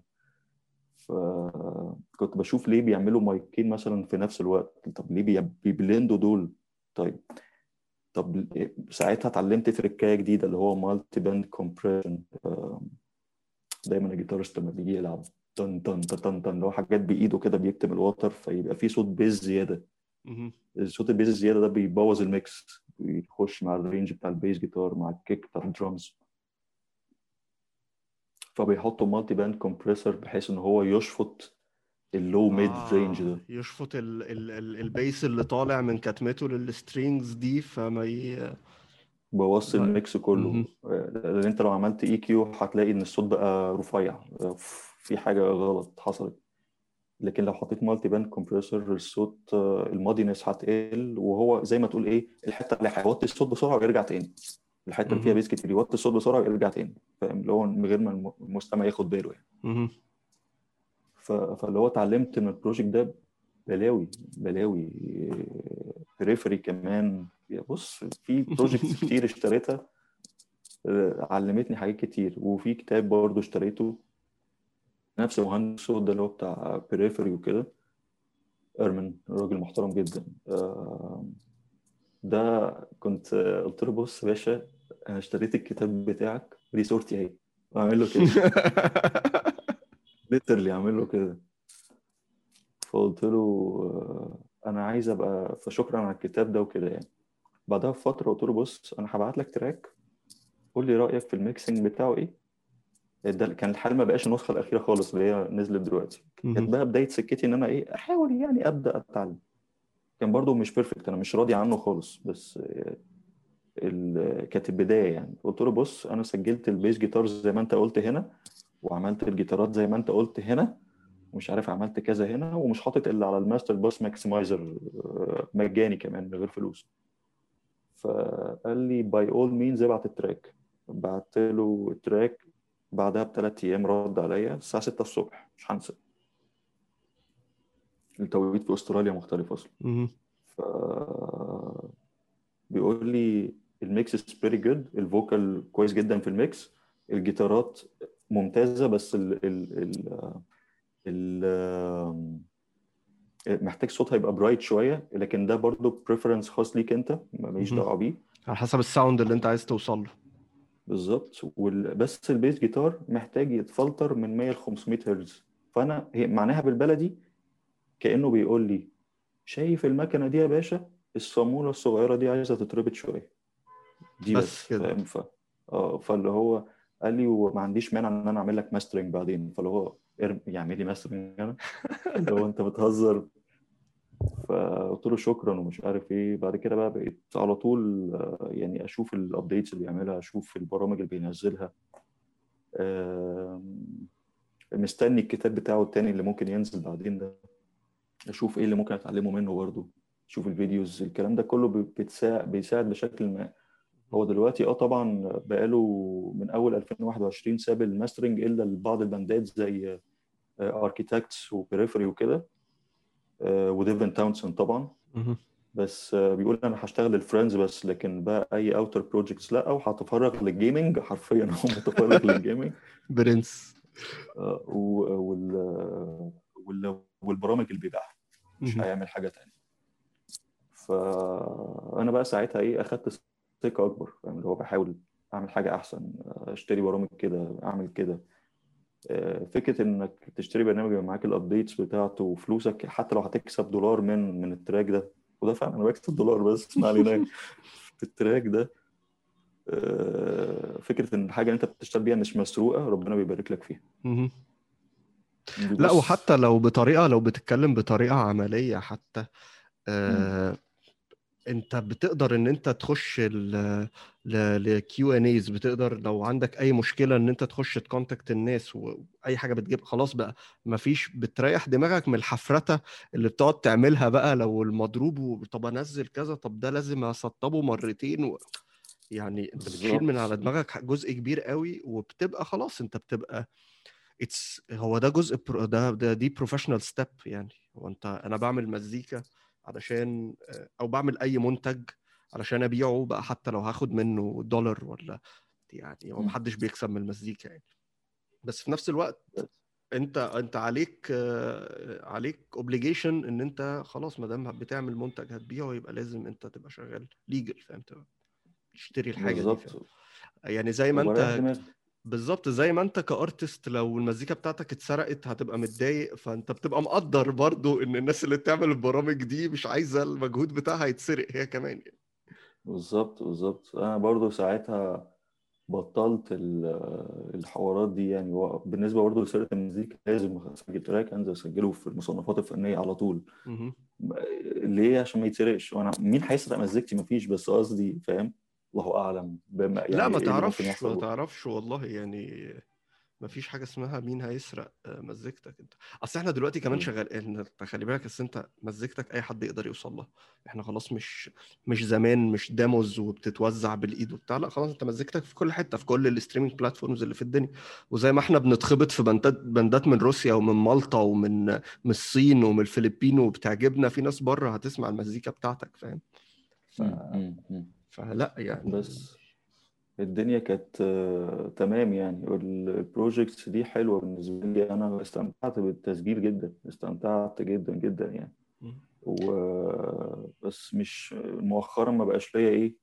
فكنت بشوف ليه بيعملوا مايكين مثلا في نفس الوقت. طب ليه بي- بيبلندوا دول؟ طيب طب ساعتها اتعلمت تريكايه جديده اللي هو مالتي باند كومبريشن. دايما الجيتارست لما بيجي يلعب طن طن طن طن طن اللي هو حاجات بايده كده بيكتم الوتر، فيبقى في صوت بيز زياده. مهم. الصوت البيز الزياده ده بيبوظ الميكس، بيخش مع الرينج بتاع البيز جيتار مع الكيك بتاع الدرامز. فبيحطوا مالتي باند كومبريسور بحيث ان هو يشفط اللو ميد رينج اه ده. يشفط ال ال ال البيس اللي طالع من كتمته للسترينجز دي، فما ي... بوظ ما... الميكس كله. مهم. لان انت لو عملت اي كيو هتلاقي ان الصوت بقى رفيع، في حاجه غلط حصلت. لكن لو حطيت مالتي باند كومبريسور الصوت المادينس هتقل، وهو زي ما تقول ايه، الحته اللي هيوطي الصوت بسرعه ويرجع تاني، الحته اللي فيها مهم. بيس كتير يوطي الصوت بسرعه ويرجع تاني، فاهم، اللي هو من غير ما المستمع ياخد باله يعني. مهم. ف- فاللي هو اتعلمت من البروجكت ده بلاوي بلاوي بريفري كمان. بص في بروجكتس كتير اشتريتها آه، علمتني حاجات كتير. وفي كتاب برضه اشتريته نفس مهندس الصوت ده اللي هو بتاع بريفري وكده، ارمن، راجل محترم جدا. آه، ده كنت آه، قلت له بص يا باشا، انا اشتريت الكتاب بتاعك دي صورتي اهي، واعمل له كده ليترلي اعمل له كده. فقلت له آه، انا عايز ابقى، فشكرا على الكتاب ده وكده يعني. بعدها بفتره قلت له بص انا هبعت لك تراك، قول لي رايك في الميكسنج بتاعه ايه. ده كان الحال ما بقاش النسخه الاخيره خالص اللي هي نزلت دلوقتي. كانت مهم. بقى بدايه سكتي ان انا ايه، احاول يعني ابدا اتعلم. كان برضو مش بيرفكت، انا مش راضي عنه خالص، بس ال- كانت البدايه يعني. قلت له بص انا سجلت البيس جيتار زي ما انت قلت هنا، وعملت الجيتارات زي ما انت قلت هنا، ومش عارف عملت كذا هنا، ومش حاطط الا على الماستر باس ماكسمايزر مجاني كمان من غير فلوس. فقال لي باي اول مينز ابعت التراك. بعت له التراك، بعدها بثلاث ايام رد عليا الساعه ستة الصبح، مش هنسى، التوقيت في استراليا مختلف اصلا. مهم. ف بيقول لي الميكس از فيري جود، الفوكال كويس جدا في الميكس، الجيتارات ممتازه، بس ال ال ال ال محتاج صوتها يبقى برايت شويه، لكن ده برضو بريفرنس خاص ليك انت، ماليش مهم. دعوه بيه. على حسب الساوند اللي انت عايز توصل له. بالظبط. وال... بس البيس جيتار محتاج يتفلتر من مية ل خمسمية هرتز. فانا هي معناها بالبلدي كانه بيقول لي شايف المكنه دي يا باشا، الصاموله الصغيره دي عايزه تتربط شويه، دي بس بس، كده. فاهم؟ ف اه فاللي هو قال لي وما عنديش مانع ان انا اعمل لك ماسترنج بعدين. فاللي هو ارم- يعمل لي ماسترنج انا؟ اللي هو انت بتهزر. فقلت له شكرا ومش عارف ايه. بعد كده بقى بقيت على طول آه، يعني اشوف الابديتس اللي بيعملها، اشوف البرامج اللي بينزلها. آم، مستني الكتاب بتاعه التاني اللي ممكن ينزل بعدين ده، اشوف ايه اللي ممكن اتعلمه منه برضه، اشوف الفيديوز. الكلام ده كله بي- بتساعد بيساعد بشكل ما. هو دلوقتي اه طبعا بقاله من اول ألفين وواحد وعشرين ساب الماسترنج الا لبعض الباندات زي اركيتكتس وبريفري وكده، آه، وديفن تاونسون طبعا. مهم. بس آه، بيقول انا هشتغل الفريندز بس، لكن بقى اي اوتر بروجكتس لا، او هتفرغ للجيمنج حرفيا. هو متفرغ للجيمنج. برنس. آه، و- وال وال- والبرامج اللي بيبيعها، مش مهم. هيعمل حاجه تانية. فانا بقى ساعتها ايه، اخدت ثقه اكبر، فاهم؟ اللي هو بحاول اعمل حاجه احسن، اشتري برامج كده، اعمل كده. آه، فكره انك تشتري برنامج يبقى معاك الابديتس بتاعته وفلوسك، حتى لو هتكسب دولار من من التراك ده، وده فعلا انا بكسب دولار بس ما علينا في التراك ده. آه، فكره ان الحاجه اللي انت بتشتغل بيها مش مسروقه، ربنا بيبارك لك فيها. مهم. لا، بس وحتى لو بطريقة لو بتتكلم بطريقة عملية حتى، مم. آه انت بتقدر ان انت تخش لكيو ان ايز، بتقدر لو عندك اي مشكلة ان انت تخش تكونتاكت الناس، واي حاجة بتجيب خلاص بقى مفيش، بتريح دماغك من الحفرتة اللي بتقعد تعملها بقى لو المضروب، و- طب انزل كذا، طب ده لازم اسطبه مرتين و... يعني انت بتشيل من على بالظبط. دماغك جزء كبير قوي، وبتبقى خلاص انت بتبقى اتس هو ده جزء برو ده, ده دي بروفيشنال ستيب. يعني هو انت انا بعمل مزيكا علشان، او بعمل اي منتج علشان ابيعه بقى، حتى لو هاخد منه دولار ولا، يعني هو مم. محدش بيكسب من المزيكا يعني. بس في نفس الوقت انت انت عليك آه، عليك اوبليجيشن ان انت خلاص ما دام بتعمل منتج هتبيعه، يبقى لازم انت تبقى شغال ليجل، فاهم؟ تبقى تشتري الحاجه دي، فاهم؟ بالظبط. يعني زي ما وبريح انت دماغي. بالظبط زي ما انت كارتست لو المزيكا بتاعتك اتسرقت هتبقى متضايق، فانت بتبقى مقدر برضو ان الناس اللي بتعمل البرامج دي مش عايزه المجهود بتاعها يتسرق هي كمان يعني. بالظبط بالظبط. انا برضو ساعتها بطلت ال- الحوارات دي يعني. هو بالنسبه برضو لسرقه المزيكا، لازم اسجل تراك انزل اسجله في المصنفات الفنيه على طول. مهم. ليه؟ عشان ما يتسرقش. وانا مين هيسرق مزيكتي؟ مفيش، بس قصدي فاهم، الله اعلم بما لا، يعني ما ايه اللي ممكن تعرفش ما يحصل بكره. تعرفش والله يعني. ما فيش حاجه اسمها مين هيسرق آه، مزيكتك انت. اصل احنا دلوقتي كمان بز- شغال، انت خلي بالك، اصل انت مزيكتك اي حد يقدر يوصل لها. احنا خلاص مش مش زمان مش ديموز وبتتوزع بالايد وبتاع، لا خلاص انت مزيكتك في كل حته في كل الستريمينج بلاتفورمز اللي في الدنيا. وزي ما احنا بنتخبط في بندات بندات من روسيا ومن مالطا ومن من الصين ومن الفلبين وبتعجبنا، في ناس بره هتسمع المزيكا بتاعتك، فاهم؟ ف... م- م- م. فلا يعني. بس الدنيا كانت آه، تمام يعني. البروجيكتس دي حلوه بالنسبه لي. انا استمتعت بالتسجيل جدا، استمتعت جدا جدا يعني. و بس مش مؤخرا ما بقاش ليا ايه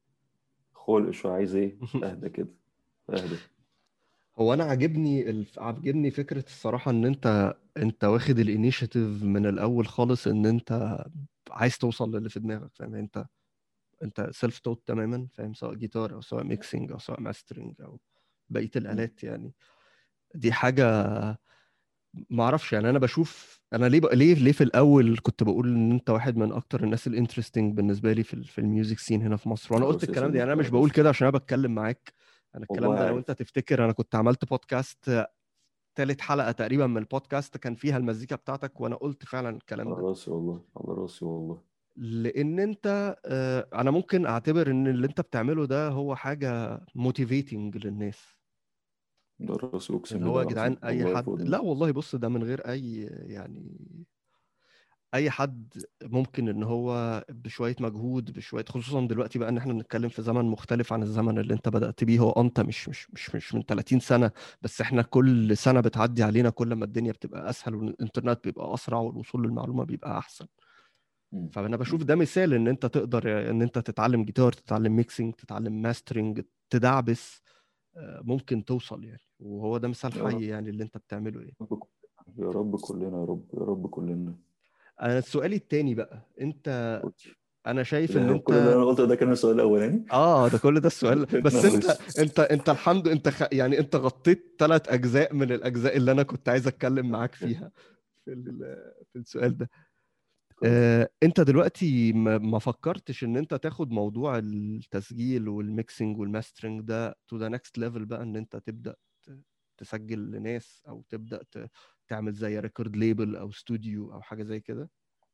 خلق شو، عايز ايه اهدى كده، اهدى. هو انا عاجبني الف... عاجبني فكره الصراحه ان انت انت واخد الانيشيتيف من الاول خالص، ان انت عايز توصل للي في دماغك، فاهم؟ انت انت سيلف توت تماما، فاهم؟ سواء جيتار او سواء ميكسينج او سواء ماسترنج او بقيه م- الالات يعني. دي حاجه ما اعرفش يعني. انا بشوف انا ليه بق... ليه ليه في الاول كنت بقول ان انت واحد من اكتر الناس الانترستنج بالنسبه لي في ال... في الميوزك سين هنا في مصر، وانا قلت خلاص يا الكلام ده يعني، صديقي، انا مش بقول خلاص. كده عشان انا بتكلم معاك. انا الكلام والله ده لو انت عارف. تفتكر انا كنت عملت بودكاست، تالت حلقه تقريبا من البودكاست كان فيها المزيكا بتاعتك، وانا قلت فعلا الكلام على ده. راسي والله، على راسي والله. لان انت آه، انا ممكن اعتبر ان اللي انت بتعمله ده هو حاجه موتيفيتنج للناس. ده راسي، اقسم اللي هو بالله يا جدعان العظيم، اي والله حد، فوق لا دماغي. والله بص، ده من غير اي يعني، اي حد ممكن ان هو بشويه مجهود، بشويه، خصوصا دلوقتي بقى ان احنا بنتكلم في زمن مختلف عن الزمن اللي انت بدأت بيه. هو انت مش مش مش مش من ثلاثين سنه، بس احنا كل سنه بتعدي علينا كل ما الدنيا بتبقى اسهل والانترنت بيبقى اسرع والوصول للمعلومه بيبقى احسن. مم. فانا بشوف مم. ده مثال ان انت تقدر ان انت تتعلم جيتار، تتعلم ميكسينج، تتعلم ماسترنج، تدعبس، آه، ممكن توصل يعني. وهو ده مثال يا رب. حي يعني اللي انت بتعمله ايه. يا رب كلنا، يا رب، يا رب كلنا. انا سؤالي التاني بقى، انت، قلت. انا شايف ان ده كل اللي انت، انا قلته ده كان السؤال الاولاني. اه ده كل ده السؤال، بس انت ناقص. انت انت الحمد انت خ... يعني انت غطيت ثلاث اجزاء من الاجزاء اللي انا كنت عايز اتكلم معاك فيها في ال... في السؤال ده. كويس. آه، انت دلوقتي ما ما فكرتش ان انت تاخد موضوع التسجيل والميكسينج والماسترنج ده to the next level بقى، ان انت تبدأ ت- تسجل لناس، او تبدأ ت... تعمل زي ريكورد ليبل او استوديو او حاجة زي كده؟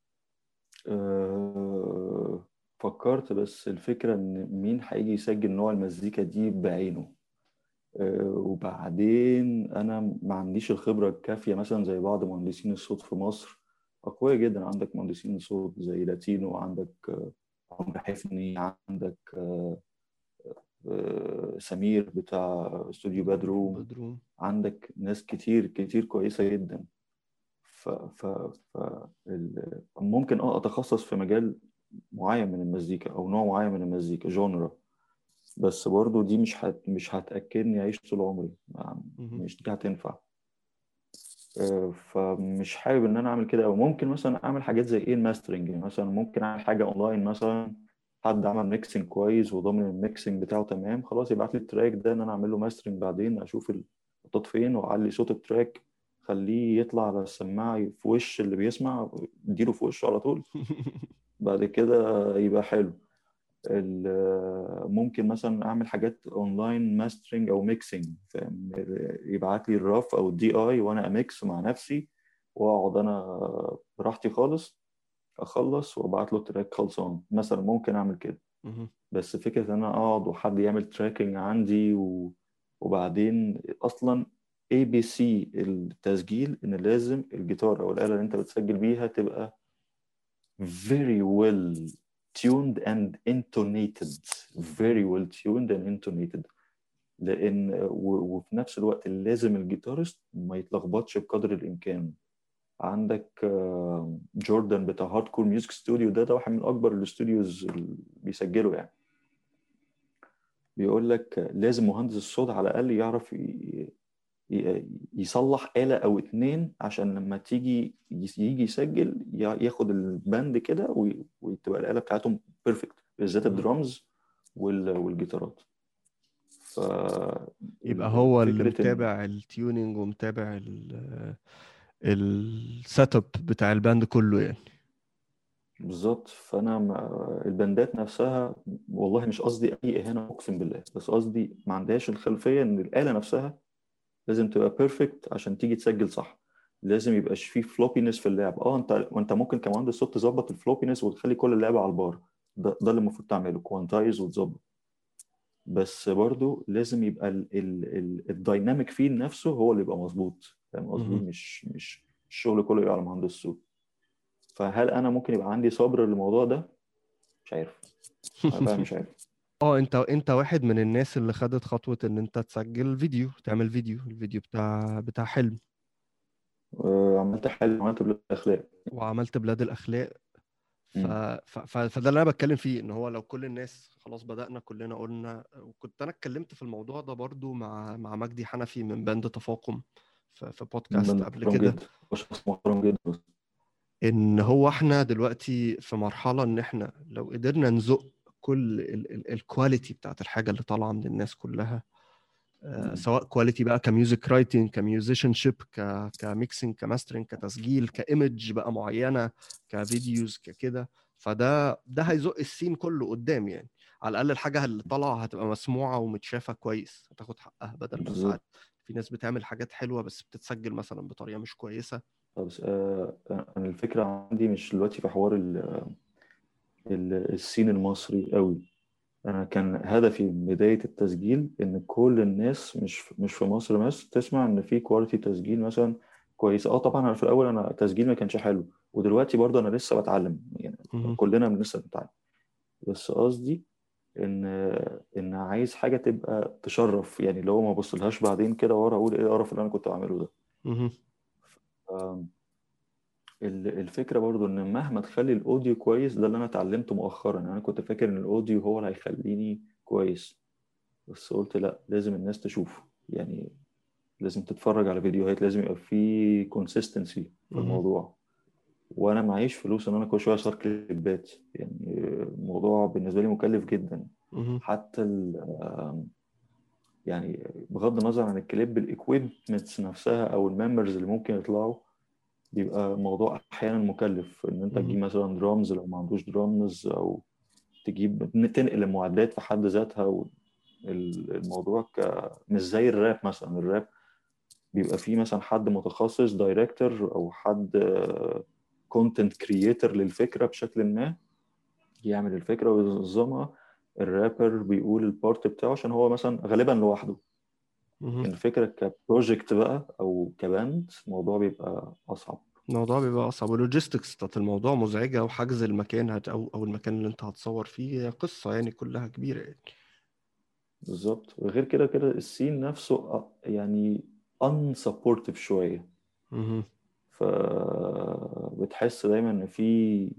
أه... فكرت، بس الفكرة ان مين هيجي يسجل نوع المزيكا دي بعينه. أه... وبعدين انا ما عنديش الخبرة الكافية، مثلا زي بعض مهندسين الصوت في مصر أقوياء جدا. عندك مهندسين صوت زي لاتينو، عندك آه، عمرو حفني، عندك آه، آه، سمير بتاع استوديو بادروم. بدروم. عندك ناس كتير كتير كويسة جدا. ف ف ف ال- ممكن اه اتخصص في مجال معين من المزيكا او نوع معين من المزيكا، جونرا. بس برضو دي مش هت مش هتأكدني أعيش طول عمري. ما- مهم. مش دي هتنفع. آه، فمش حابب ان انا اعمل كده. او ممكن مثلا اعمل حاجات زي ايه، الماسترنج مثلا. ممكن اعمل حاجه اونلاين مثلا، حد عمل ميكسنج كويس وضامن الميكسنج بتاعه تمام، خلاص يبعت لي التراك ده ان انا اعمل له ماسترنج. بعدين اشوف الخطوط فين واعلي صوت التراك، خليه يطلع على السماعه في وش اللي بيسمع، اديله في وشه على طول. بعد كده يبقى حلو. ال- ممكن مثلا اعمل حاجات اونلاين ماسترنج او ميكسنج، فاهم؟ يبعت لي الراف او الدي اي وانا اميكس مع نفسي، واقعد انا براحتي خالص، اخلص وابعت له التراك خلصان مثلا. ممكن اعمل كده. مهم. بس فكرة ان انا اقعد وحد يعمل تراكنج عندي و... وبعدين اصلا اي بي سي التسجيل ان لازم الجيتار او الآلة اللي انت بتسجل بيها تبقى very well tuned and intonated. very well tuned and intonated. لان و- وفي نفس الوقت لازم الجيتارست ما يتلخبطش بقدر الامكان. عندك آه، جوردن بتاع هارد كور ميوزك ستوديو، ده ده واحد من اكبر الاستوديوز اللي بيسجلوا يعني. بيقول لك لازم مهندس الصوت على الاقل يعرف ي- ي- يصلح آلة او اتنين، عشان لما تيجي يجي يسجل ي- ياخد الباند كده وي- وتبقى الآلة بتاعتهم بيرفكت، بالذات مهم. الدرامز وال- والجيتارات. ف يبقى ال- هو اللي فكرة ان متابع التيونينج ومتابع السيت اب بتاع الباند كله يعني. بالظبط. فانا ما- البندات نفسها، والله مش قصدي اي اهانه اقسم بالله، بس قصدي ما عندهاش الخلفيه ان الاله نفسها لازم تبقى بيرفكت عشان تيجي تسجل صح. لازم يبقاش فيه فلوبينس في اللعب. اه انت وانت ممكن كمهندس صوت تظبط الفلوبينس وتخلي كل اللعبه على البار. ده, ده اللي المفروض تعمله، كوانتايز وتظبط. بس برضو لازم يبقى ال ال ال الدايناميك فيه نفسه هو اللي يبقى مظبوط. فاهم قصدي؟ مهم. مش مش الشغل كله يبقى على مهندس صوت. فهل انا ممكن يبقى عندي صبر للموضوع ده؟ مش عارف. انا فعلا مش عارف. اه انت انت واحد من الناس اللي خدت خطوة ان انت تسجل فيديو، تعمل فيديو، الفيديو بتاع بتاع حلم، آه، عملت حل، عملت بالاخلاق. وعملت بلاد الاخلاق. ف... مم. ف... ف... فده اللي انا بتكلم فيه، ان هو لو كل الناس خلاص بدأنا كلنا قلنا. وكنت انا اتكلمت في الموضوع ده برضو مع مع مجدي حنفي من باند تفاقم في, في بودكاست بند قبل محترم كده، جدا، شخص محترم جدا. ان هو احنا دلوقتي في مرحلة ان احنا لو قدرنا نزق كل الكواليتي بتاعت الحاجة اللي طالعة من الناس كلها آه، سواء كواليتي بقى كميوزك رايتنج، كميوزيشن شيب، ك كميكسينج، كماسترنج، كتسجيل، كايمج بقى معينه، كفيديوز، ككده. فده ده هيزق السين كله قدام يعني. على الاقل الحاجه اللي طالعه هتبقى مسموعه ومتشافه كويس، هتاخد حقها. بدل ما بالظبط. ساعات في ناس بتعمل حاجات حلوه بس بتتسجل مثلا بطريقه مش كويسه. طب آه، انا الفكره عندي مش دلوقتي في حوار ال- ال- السين المصري قوي. انا كان هدفي من بدايه التسجيل ان كل الناس مش مش في مصر بس تسمع ان في كواليتي تسجيل مثلا كويس. اه طبعا انا في الاول انا تسجيل ما كانش حلو، ودلوقتي برضه انا لسه بتعلم يعني. مهم. كلنا لسه بنتعلم. بس قصدي ان ان عايز حاجه تبقى تشرف يعني، لو ما بصلهاش بعدين كده ورا اقول ايه القرف اللي انا كنت بعمله ده. مهم. آم، ال- الفكره برضو ان مهما تخلي الاوديو كويس، ده اللي انا اتعلمته مؤخرا. انا كنت فاكر ان الاوديو هو اللي هيخليني كويس، بس قلت لا، لازم الناس تشوف يعني، لازم تتفرج على فيديوهات، لازم يبقى في كونسيستنسي في مهم. الموضوع. وانا معيش فلوس ان انا كل شويه اصور كليبات يعني. الموضوع بالنسبه لي مكلف جدا. مهم. حتى ال يعني بغض النظر عن الكليب، الايكويبمنتس نفسها او الممبرز اللي ممكن يطلعوا، بيبقى الموضوع احيانا مكلف. ان انت تجيب مهم. مثلا درامز لو ما عندوش درامز، او تجيب تنقل المعدات في حد ذاتها. و- ال- الموضوع ك... مش زي الراب مثلا. الراب بيبقى فيه مثلا حد متخصص دايركتور او حد كونتنت كرييتر للفكره بشكل ما، يعمل الفكره وينظمها. الرابر بيقول البارت بتاعه عشان هو مثلا غالبا لوحده. مهم. لكن الفكره كبروجكت بقى او كباند، الموضوع بيبقى اصعب. الموضوع بيبقى اصعب، واللوجيستكس بتاعت الموضوع مزعجه، وحجز المكان هت او او المكان اللي انت هتصور فيه هي قصه يعني كلها كبيره يعني. بالظبط. غير كده كده السين نفسه آه، يعني unsupportive شويه. مهم. فبتحس دايما ان في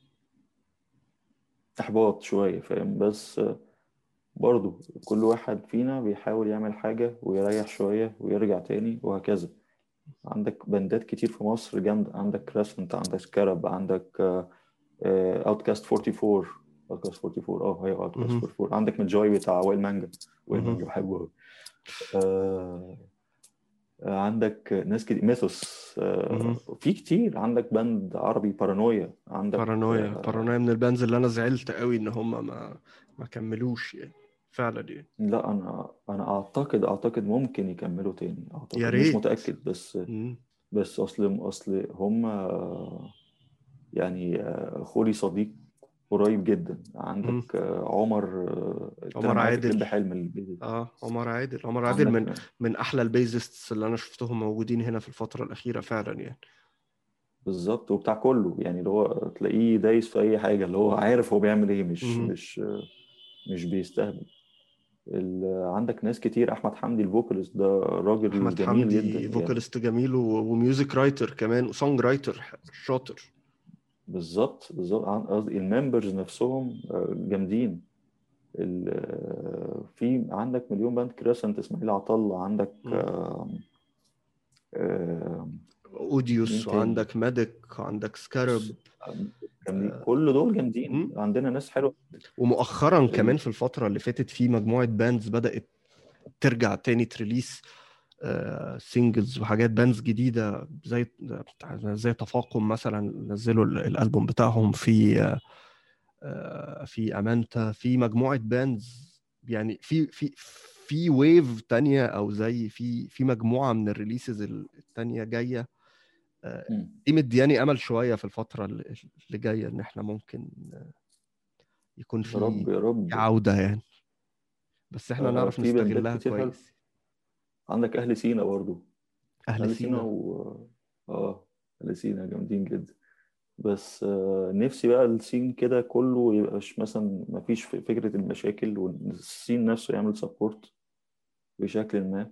احباط شويه، فاهم؟ بس برضو كل واحد فينا بيحاول يعمل حاجه ويريح شويه ويرجع تاني وهكذا. عندك باندات كتير في مصر جامده، عندك كراسنت، عندك سكارب، عندك اوتكاست أربعة وأربعين. اوتكاست أربعة وأربعين اه هي اوتكاست مهم. أربعة وأربعين. عندك مجوي بتاع وائل مانجا. وائل مهم. مانجا بحبه أوي. آه، عندك ناس كتير، ميثوس. مهم. آه، في كتير. عندك باند عربي بارانويا. عندك بارانويا آه، بارانويا من البانز اللي انا زعلت قوي ان هم ما ما كملوش يعني، فعلا يعني. لا انا انا اعتقد اعتقد ممكن يكملوا تاني. يا اعتقد مش ريت. متأكد، بس مم. بس اصل اصل هم آه، يعني آه، خولي صديق قريب جدا. عندك مم. آه، عمر. آه، طلع عمر معايا في عادل. كليب حلم البيت. اه عمر عادل عمر عادل من عندك من احلى البيزستس اللي انا شفتهم موجودين هنا في الفتره الاخيره فعلا يعني. بالظبط. وبتاع كله يعني، اللي هو تلاقيه دايس في اي حاجه، اللي هو عارف هو بيعمل ايه، مش مهم. مش مش بيستهبل. ال- عندك ناس كتير. احمد حمدي الفوكاليست ده راجل احمد جميل جدا حمدي يعني. فوكاليست جميل، و- وميوزك رايتر كمان، وسونج رايتر شاطر. بالظبط بالظبط. عن- قصدي الممبرز نفسهم آه، جامدين. ال- آه، في عندك مليون باند. كريسنت، اسماعيل عطله. عندك مم. آه، آه، مين اوديوس، تاني؟ وعندك مادك، وعندك سكارب. جامدين. كل دول جامدين. مم. عندنا ناس حلوه. ومؤخرا ال- كمان في الفتره اللي فاتت في مجموعه باندز بدات ترجع تاني تريليس سينجلز وحاجات، باندز جديده زي زي تفاقم مثلا، نزلوا ال- الالبوم بتاعهم في آه، في امانتا، في مجموعه باندز يعني، في في في ويف تانية، او زي في في مجموعه من الريليسز التانية جايه. آه، مم. دي مدياني امل شويه في الفتره اللي اللي جايه ان احنا ممكن يكون يا رب في يا في رب. عوده يعني، بس احنا آه، نعرف في باندات نستغلها كتير حلوه. كويس. عندك اهل سينا برضو. اهل اهل سينا سينا. و اه اهل سينا جامدين جدا. بس آه، نفسي بقى السين كده كله يبقاش مثلا ما فيش فكرة المشاكل، والسين نفسه يعمل سبورت بشكل ما.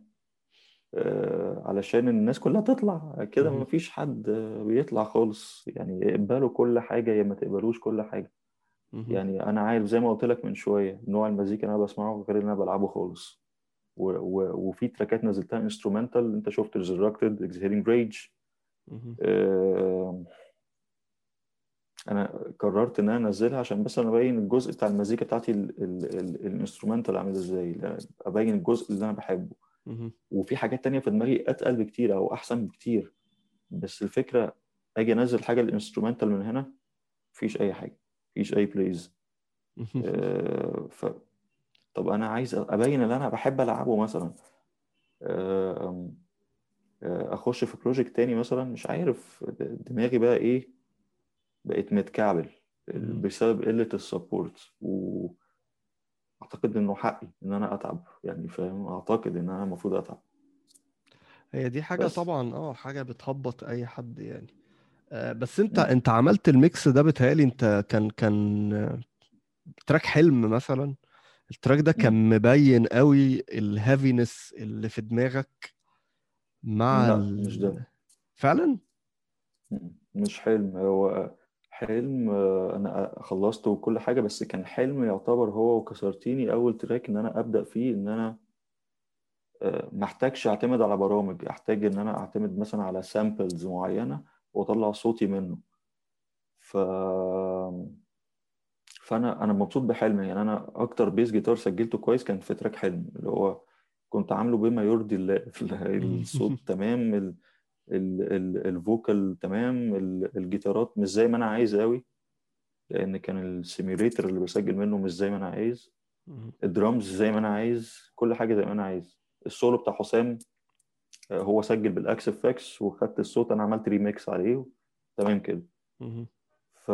آه، علشان الناس كلها تطلع كده. مهم. ما فيش حد آه، بيطلع خالص يعني. اقبلوا كل حاجة يا ما تقبلوش كل حاجة. مهم. يعني أنا عارف زي ما قلت لك من شوية، نوع المزيكا اللي أنا بسمعه غير اللي أنا بلعبه خالص. و و وفي تراكات نزلتها انسترومنتال. أنت شفت ريزركتد، اكزهيلينج ريج. مهم. انا قررت ان انا انزلها عشان بس انا ابين الجزء بتاع المزيكا بتاعتي الانسترومنتال عامل ازاي. لا، ابين الجزء اللي انا بحبه. مهم. وفي حاجات تانية في دماغي اتقل بكتير او احسن بكتير. بس الفكره اجي انزل حاجه الانسترومنتال من هنا، مفيش اي حاجه، مفيش اي بلايز. آه ف طب انا عايز ابين ان انا بحب العبه مثلا. آه آه، اخش في بروجكت تاني مثلا، مش عارف دماغي بقى ايه، بقيت متكعبل مهم. بسبب قله السبورت. واعتقد انه حقي ان انا اتعب يعني، فاهم؟ اعتقد ان انا المفروض اتعب. هي دي حاجة بس طبعا، اه حاجة بتهبط اي حد يعني. آه، بس انت مم. انت عملت الميكس ده، بيتهيألي انت كان كان آه، تراك حلم مثلا. التراك ده كان مم. مبين قوي الهافينس اللي في دماغك مع لا مش ده. ال... فعلا. مم. مش حلم، هو حلم. آه، انا خلصته وكل حاجه، بس كان حلم يعتبر هو وكسرتيني اول تراك ان انا ابدا فيه. ان انا آه، محتاجش اعتمد على برامج، احتاج ان انا اعتمد مثلا على سامبلز معينه واطلع صوتي منه. ف فانا انا مبسوط بحلمي يعني. انا اكتر بيس جيتار سجلته كويس كان في تراك حلم، اللي هو كنت عامله بما يرضي الله. الصوت تمام، ال ال ال الفوكال تمام، ال- الجيتارات مش زي ما انا عايز قوي، لان كان السيميوليتر اللي بسجل منه مش زي ما انا عايز، الدرامز زي ما انا عايز، كل حاجه زي ما انا عايز. السولو بتاع حسام آه، هو سجل بالاكس افكس وخدت الصوت، انا عملت ريميكس عليه تمام كده. ف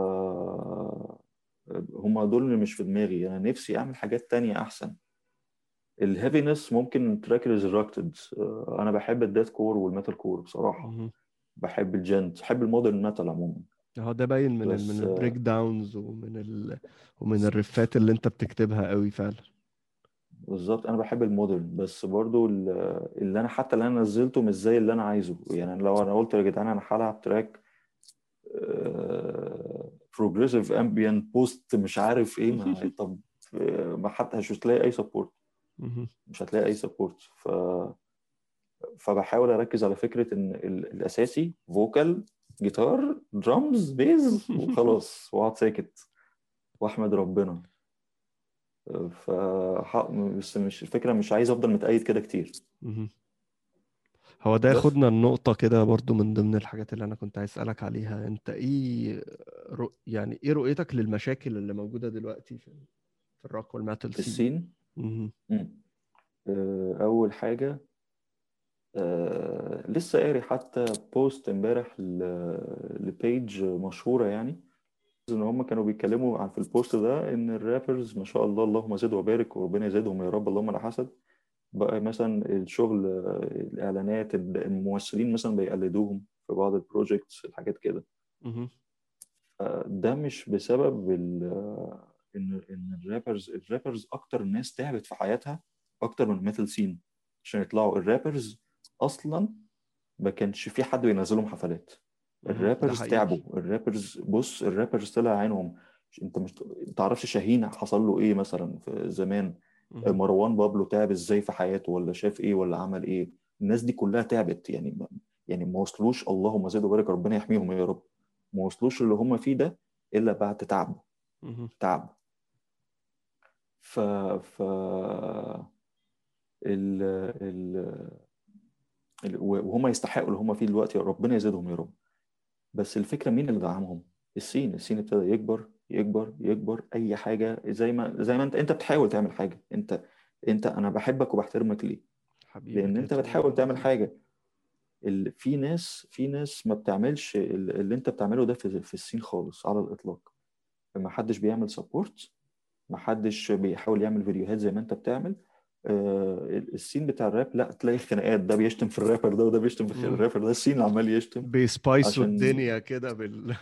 هما دول اللي مش في دماغي، انا نفسي اعمل حاجات تانية احسن. الهيفينس ممكن تراك ريزركتد. انا بحب الديث كور والميتال كور بصراحة، بحب الجنت، بحب المودرن ميتال عموما. هو ده باين من ال... من بس البريك داونز ومن ال... ومن الريفات اللي انت بتكتبها قوي فعلا. بالظبط انا بحب المودرن، بس برضو ال- اللي انا حتى اللي انا نزلته مش زي اللي انا عايزه يعني. لو انا قلت يا جدعان انا هلعب تراك بروجريسيف امبيانت بوست مش عارف ايه، ما طب آه، ما حتى مش هتلاقي اي سبورت، مش هتلاقي اي سبورت. ف فبحاول اركز على فكره ان ال- الاساسي فوكال، جيتار، درامز، بيز، وخلاص واقعد ساكت واحمد ربنا. ف بس مش الفكره، مش عايز افضل متقيد كده كتير. هو ده بس ياخدنا النقطة كده برضو من ضمن الحاجات اللي أنا كنت عايز أسألك عليها. أنت إيه رؤ... يعني إيه رؤيتك للمشاكل اللي موجودة دلوقتي في, في الروك والميتال في سين؟ السين مهم. مم. آه، اول حاجه آه، لسه قاري حتى بوست امبارح ل- لبيج مشهوره يعني، ان هم كانوا بيتكلموا عن في البوست ده ان الرابرز ما شاء الله اللهم زد وبارك وربنا يزيدهم يا رب اللهم لا حسد، بقى مثلا الشغل آه، الاعلانات، الممثلين مثلا بيقلدوهم في بعض البروجيكتس، الحاجات كده. مهم. آه، ده مش بسبب ال- آه، ان ان الرابرز الرابرز اكتر ناس تعبت في حياتها اكتر من الميتال سين عشان يطلعوا الرابرز. اصلا ما كانش في حد بينزلهم حفلات. مهم. ده الرابرز حقيقي. تعبوا، الرابرز بص الرابرز طلع عينهم. انت مش تعرفش شاهين حصل له ايه مثلا في زمان، مهم. مروان بابلو تعب ازاي في حياته، ولا شاف ايه، ولا عمل ايه. الناس دي كلها تعبت يعني، ما يعني ما وصلوش، اللهم زد وبارك ربنا يحميهم يا رب، ما وصلوش اللي هم فيه ده الا بعد تعب. مهم. تعب. ف ف ال ال ال- وهم يستحقوا اللي هم فيه دلوقتي، ربنا يزيدهم يا رب. بس الفكرة مين اللي دعمهم؟ الصين. الصين ابتدى يكبر يكبر يكبر. أي حاجة زي ما زي ما أنت أنت بتحاول تعمل حاجة. أنت أنت أنا بحبك وبحترمك ليه؟ حبيبي لأن أنت جدا بتحاول والله. تعمل حاجة. ال... في ناس في ناس ما بتعملش ال- اللي أنت بتعمله ده في في الصين خالص على الإطلاق. ما حدش بيعمل سبورت، ما حدش بيحاول يعمل فيديوهات زي ما أنت بتعمل. آه، السين بتاع الراب لا تلاقي خناقات، ده بيشتم في الرابر ده وده بيشتم في مم. الرابر ده، السين اللي عمال يشتم بيسبايسوا عشان الدنيا كده بال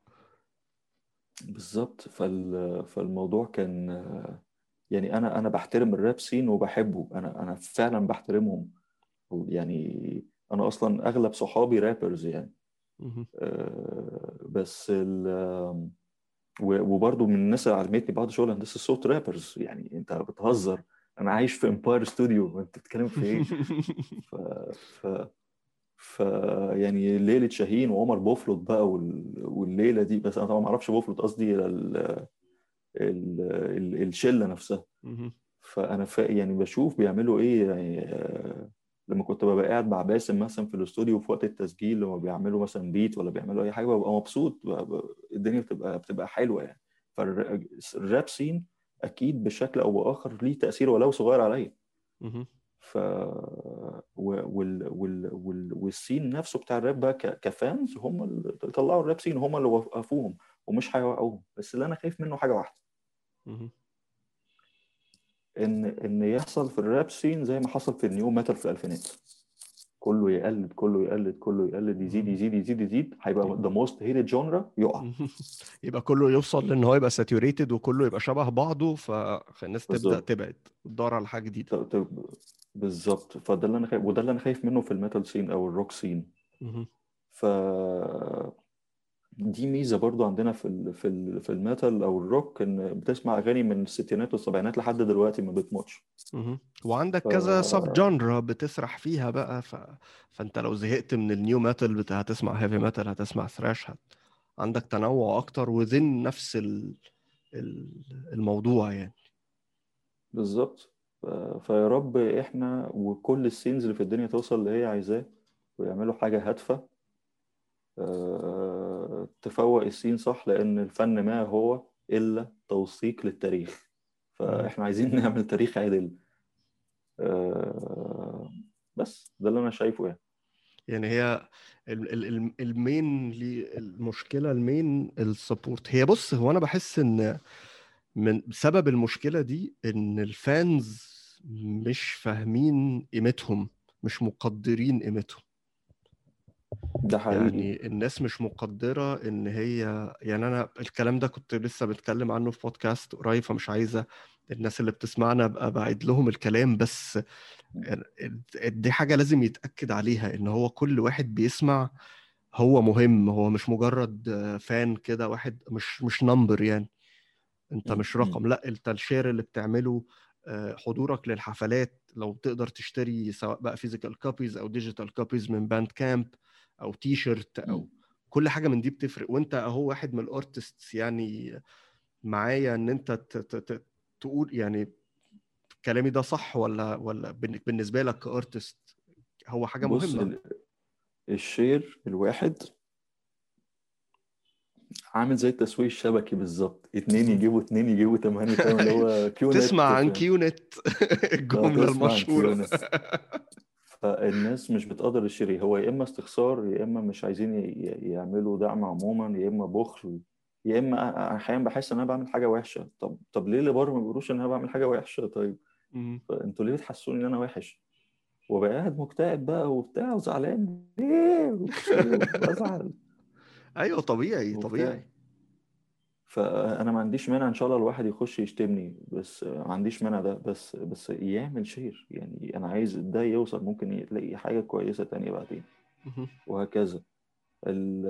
بالظبط. فال... فالموضوع كان يعني انا انا بحترم الراب سين وبحبه، انا انا فعلا بحترمهم يعني. انا اصلا اغلب صحابي رابرز يعني. مهم. أه، بس ال... و- وبرضه من الناس اللي علمتني بعض شغل هندسه الصوت رابرز يعني. انت بتهزر، انا عايش في امباير ستوديو، انت بتتكلم في ايه؟ ف... ف... ف يعني ليله شاهين وعمر بوفلوت بقى وال... والليله دي. بس انا طبعا ما اعرفش بوفلوت، قصدي ال... ال... ال... الشله نفسها. مهم. فانا فا يعني بشوف بيعملوا ايه يعني. آه، لما كنت ببقى قاعد مع باسم مثلا في الاستوديو في وقت التسجيل، لما بيعملوا مثلا بيت ولا بيعملوا اي حاجه، ببقى مبسوط، ببقى الدنيا بتبقى بتبقى حلوه يعني. فالراب سين اكيد بشكل او باخر ليه تاثير ولو صغير عليا. مهم. ف و- وال... وال... وال... والسين نفسه بتاع الراب بقى ك... كفانز، هم اللي طلعوا الراب سين، هم اللي وقفوهم ومش هيوقعوهم. بس اللي انا خايف منه حاجه واحده، مهم. ان ان يحصل في الراب سين زي ما حصل في النيو ميتال في الالفينات، كله يقلد كله يقلد كله يقلد، يزيد مهم. يزيد يزيد يزيد، هيبقى ذا موست هيتد جونرا، يقع. مهم. يبقى كله يوصل لان هو يبقى ساتوريتد وكله يبقى شبه بعضه، فالناس تبدأ بالظبط. تبعد وتدور على حاجة جديدة. ت- ت- بالظبط. فده اللي انا خايف، وده اللي انا خايف منه في الميتال سين او الروك سين. مهم. ف دي ميزه برضو عندنا في ال في ال في الميتال او الروك، ان بتسمع اغاني من الستينات والسبعينات لحد دلوقتي ما بتموتش. مهم. وعندك ف كذا سب جانرا بتسرح فيها بقى، ف... فانت لو زهقت من النيو ميتال بت... هتسمع هيفي ميتال، هتسمع ثراش، هت... عندك تنوع اكتر وذين نفس ال... ال- الموضوع يعني. بالظبط. ف... فيا رب احنا وكل السينز اللي في الدنيا توصل اللي هي عايزاه، ويعملوا حاجه هادفه، آه، تفوق السين صح، لأن الفن ما هو إلا توثيق للتاريخ. مهم. فإحنا عايزين نعمل تاريخ عادل. آه، بس ده اللي أنا شايفه يعني. يعني هي ال- ال- ال- المين لي المشكلة، المين السبورت. هي بص، هو انا بحس ان من سبب المشكلة دي ان الفانز مش فاهمين قيمتهم، مش مقدرين قيمتهم. ده حقيقي. يعني الناس مش مقدرة ان هي، يعني انا الكلام ده كنت لسه بتكلم عنه في بودكاست قريب، فمش عايزة الناس اللي بتسمعنا ابقى بعيد لهم الكلام، بس دي حاجة لازم يتأكد عليها، ان هو كل واحد بيسمع هو مهم، هو مش مجرد فان كده واحد، مش مش نمبر يعني. انت م- مش م- رقم، لا، انت الشير اللي بتعمله، آه، حضورك للحفلات، لو تقدر تشتري سواء بقى فيزيكال كوبيز او ديجيتال كوبيز من باند كامب او تي شيرت م. او كل حاجة من دي بتفرق. وانت اهو واحد من الارتستس يعني معايا، ان انت ت- ت- ت- تقول يعني كلامي ده صح ولا ولا بالن- بالنسبة لك كارتست هو حاجة بص، مهمة. ال- الشير الواحد عامل زي التسويق الشبكي بالظبط، اتنين مهم. يجيبوا اتنين يجيبوا تمانية، فاهم اللي هو كيو تسمع نت، عن فاهم. كيونت لا الجملة تسمع عن كيو المشهورة. نت. فالناس مش بتقدر الشيء، هو يا اما استخسار، يا اما مش عايزين ي- ي- يعملوا دعم عموما، يا اما بخل، يا اما أ- احيانا بحس ان انا بعمل حاجه وحشه. طب طب ليه اللي بره ما بيقولوش ان انا بعمل حاجه وحشه؟ طيب مم. فانتوا ليه بتحسوني ان انا وحش؟ وبقى قاعد مكتئب بقى وبتاع وزعلان ليه وبزعل ايوه، طبيعي وبتاع. طبيعي. فانا ما عنديش مانع ان شاء الله الواحد يخش يشتمني، بس ما عنديش مانع ده، بس بس يعمل شير يعني. انا عايز ده يوصل، ممكن يلاقي حاجه كويسه تانية بعدين، مهم. وهكذا. ال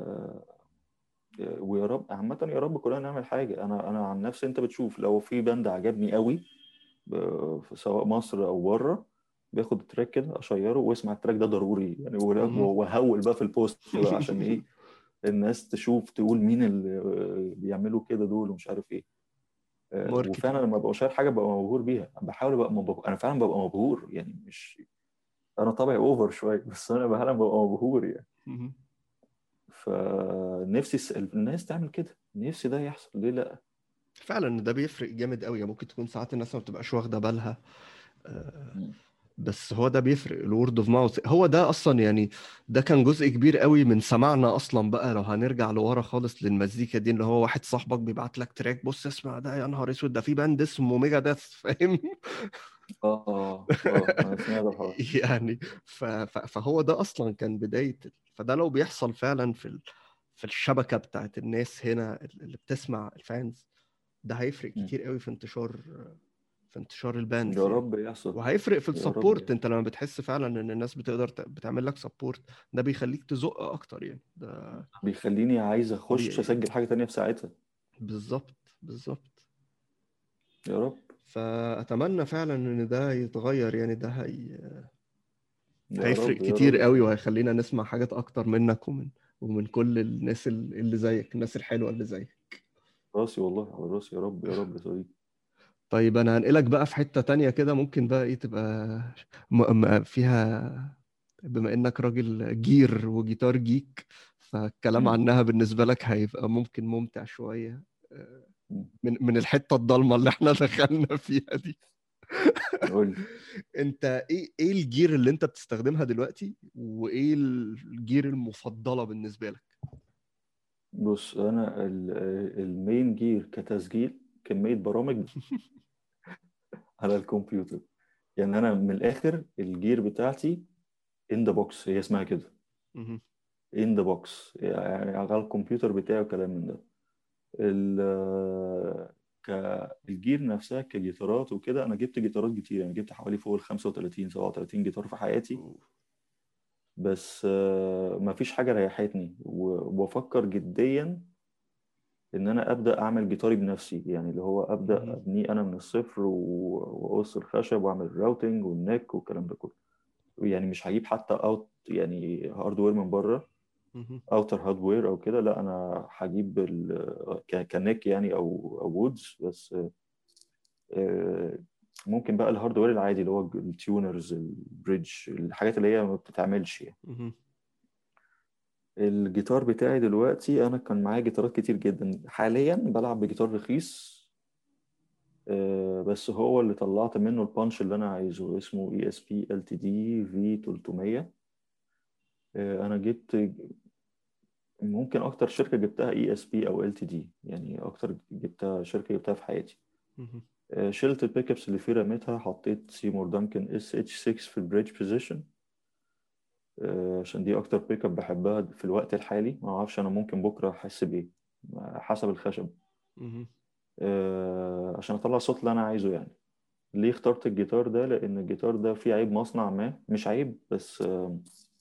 ويا رب عامة، يا رب كلنا نعمل حاجة. أنا أنا عن نفسي، أنت بتشوف لو في باند عجبني قوي، ب- في سواء مصر أو بره، باخد التراك كده أشيره واسمع التراك ده ضروري يعني، ولا- مهم. وهول بقى في البوست بقى عشان إيه؟ الناس تشوف تقول مين اللي بيعملوا كده دول ومش عارف إيه. آه، وفعلا ماركتينج. لما ببقى شايف حاجة ببقى مبهور بيها، بحاول أبقى مبهور. أنا فعلا ببقى مبهور يعني، مش أنا طبعي أوفر شوية، بس أنا فعلا ببقى مبهور يعني. مهم. فنفسي الس- الناس تعمل كده، نفسي ده يحصل، ليه لا؟ فعلا ده بيفرق جامد قوي. يعني ممكن تكون ساعات الناس ما بتبقاش واخده بالها، آه، مم. بس هو ده بيفرق. الورد اوف ماوث هو ده اصلا يعني، ده كان جزء كبير قوي من سماعنا اصلا بقى. لو هنرجع لورا خالص للمزيكا دي، اللي هو واحد صاحبك بيبعت لك تراك، بص اسمع ده، يا نهار اسود، ده في باند اسمه ميجا داث، فاهم؟ اه اه انا سمعت الحوار. يعني ف... ف... فهو ده اصلا كان بداية ال- فده لو بيحصل فعلا في ال... في الشبكة بتاعت الناس هنا اللي بتسمع الفانز، ده هيفرق مم. كتير قوي في انتشار في انتشار الباندز يا يعني. رب يحصل. وهيفرق في يا رب السبورت، يحصل. انت لما بتحس فعلا ان الناس بتقدر ت... بتعمل لك سبورت، ده بيخليك تزق اكتر يعني. ده بيخليني عايز اخش طبيعي يعني. اسجل حاجة تانية في ساعتها. بالظبط بالظبط. يا رب. فأتمنى فعلا إن ده يتغير يعني. ده هي... يا هيفرق رب يا كتير رب. قوي، وهيخلينا نسمع حاجات أكتر منك ومن ومن كل الناس ال- اللي زيك، الناس الحلوة اللي زيك. راسي والله على راسي، يا رب يا رب يا صديقي. طيب انا هنقلك بقى في حتة تانية كده، ممكن بقى ايه تبقى م- م- فيها، بما انك راجل جير وجيتار جيك، فالكلام مم. عنها بالنسبة لك هيبقى ممكن ممتع شوية. آه، مم. من من الحتة الضلمة اللي احنا دخلنا فيها دي. قول لي. انت ايه ايه الجير اللي انت بتستخدمها دلوقتي، وايه الجير المفضلة بالنسبة لك؟ بص انا ال- المين جير كتسجيل كمية برامج على الكمبيوتر. يعني انا من الاخر الجير بتاعتي ان ذا بوكس، هي اسمها كده، مهم. ان ذا بوكس، يعني على الكمبيوتر بتاعي وكلام من ده. ال كالجير نفسها كجيتارات وكده، انا جبت جيتارات كتير، يعني جبت حوالي فوق ال خمسة وثلاثين سبعة وثلاثين جيتار في حياتي. بس آه، ما فيش حاجة ريحتني، وبفكر جديا ان انا ابدا اعمل جيتاري بنفسي، يعني اللي هو ابدا مهم. ابنيه انا من الصفر و- واقص الخشب واعمل الراوتنج والنك والكلام ده كله. يعني مش هجيب حتى اوت يعني هاردوير من بره، مهم. اوتر هاردوير او كده، لا انا هجيب ال- ك- كنك يعني او او وودز بس. آه، ممكن بقى الهاردوير العادي اللي هو التيونرز البريدج، الحاجات اللي هي ما بتتعملش يعني. مهم. الجيتار بتاعي دلوقتي انا كان معايا جيتارات كتير جدا، حاليا بلعب بجيتار رخيص. آه، بس هو اللي طلعت منه البانش اللي انا عايزه، اسمه اي اس بي ال تي دي في ثلاثمية. آه، انا جبت ممكن اكتر شركه جبتها اي اس بي او ال تي دي، يعني اكتر جبتها شركه جبتها في حياتي. مهم. آه، شلت البيك ابس اللي فيه رميتها، حطيت سيمور دانكن اس اتش ستة في البريدج بوزيشن، عشان دي اكتر بيك اب بحبها في الوقت الحالي. ما اعرفش انا ممكن بكره احس بايه، حسب الخشب. مهم. آه، عشان اطلع الصوت اللي انا عايزه يعني. ليه اخترت الجيتار ده؟ لان الجيتار ده فيه عيب مصنع، ما مش عيب بس آه،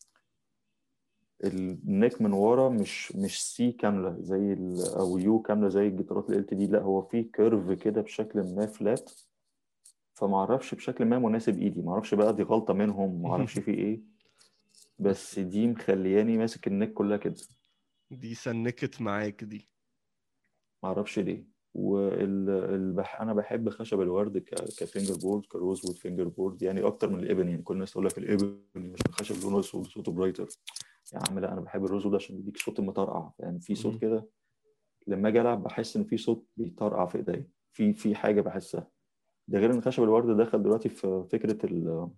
النيك من ورا مش مش سي كامله زي ال او يو كامله زي الجيتارات ال تي دي، لا هو فيه كيرف كده بشكل ما فلات. فما اعرفش بشكل ما مناسب ايدي، ما اعرفش بقى دي غلطه منهم، ما اعرفش فيه ايه، بس بس دي مخلياني ماسك النيك كلها كده. دي سنكت معاك دي. ما اعرفش ليه. وال ال... بح... انا بحب خشب الورد ك... كفينجر بورد، كروز وود فينجر بورد، يعني اكتر من الابن. يعني كل الناس تقول لك الابن مش الخشب لونه اسود صوته برايتر. يا عم لا، انا بحب الروز وود عشان بيديك صوت المطرقع، يعني في صوت مهم. كده لما اجي العب بحس ان في صوت بيطرقع في ايديا، في في حاجه بحسها. ده غير ان خشب الورد دخل دلوقتي في فكره ال...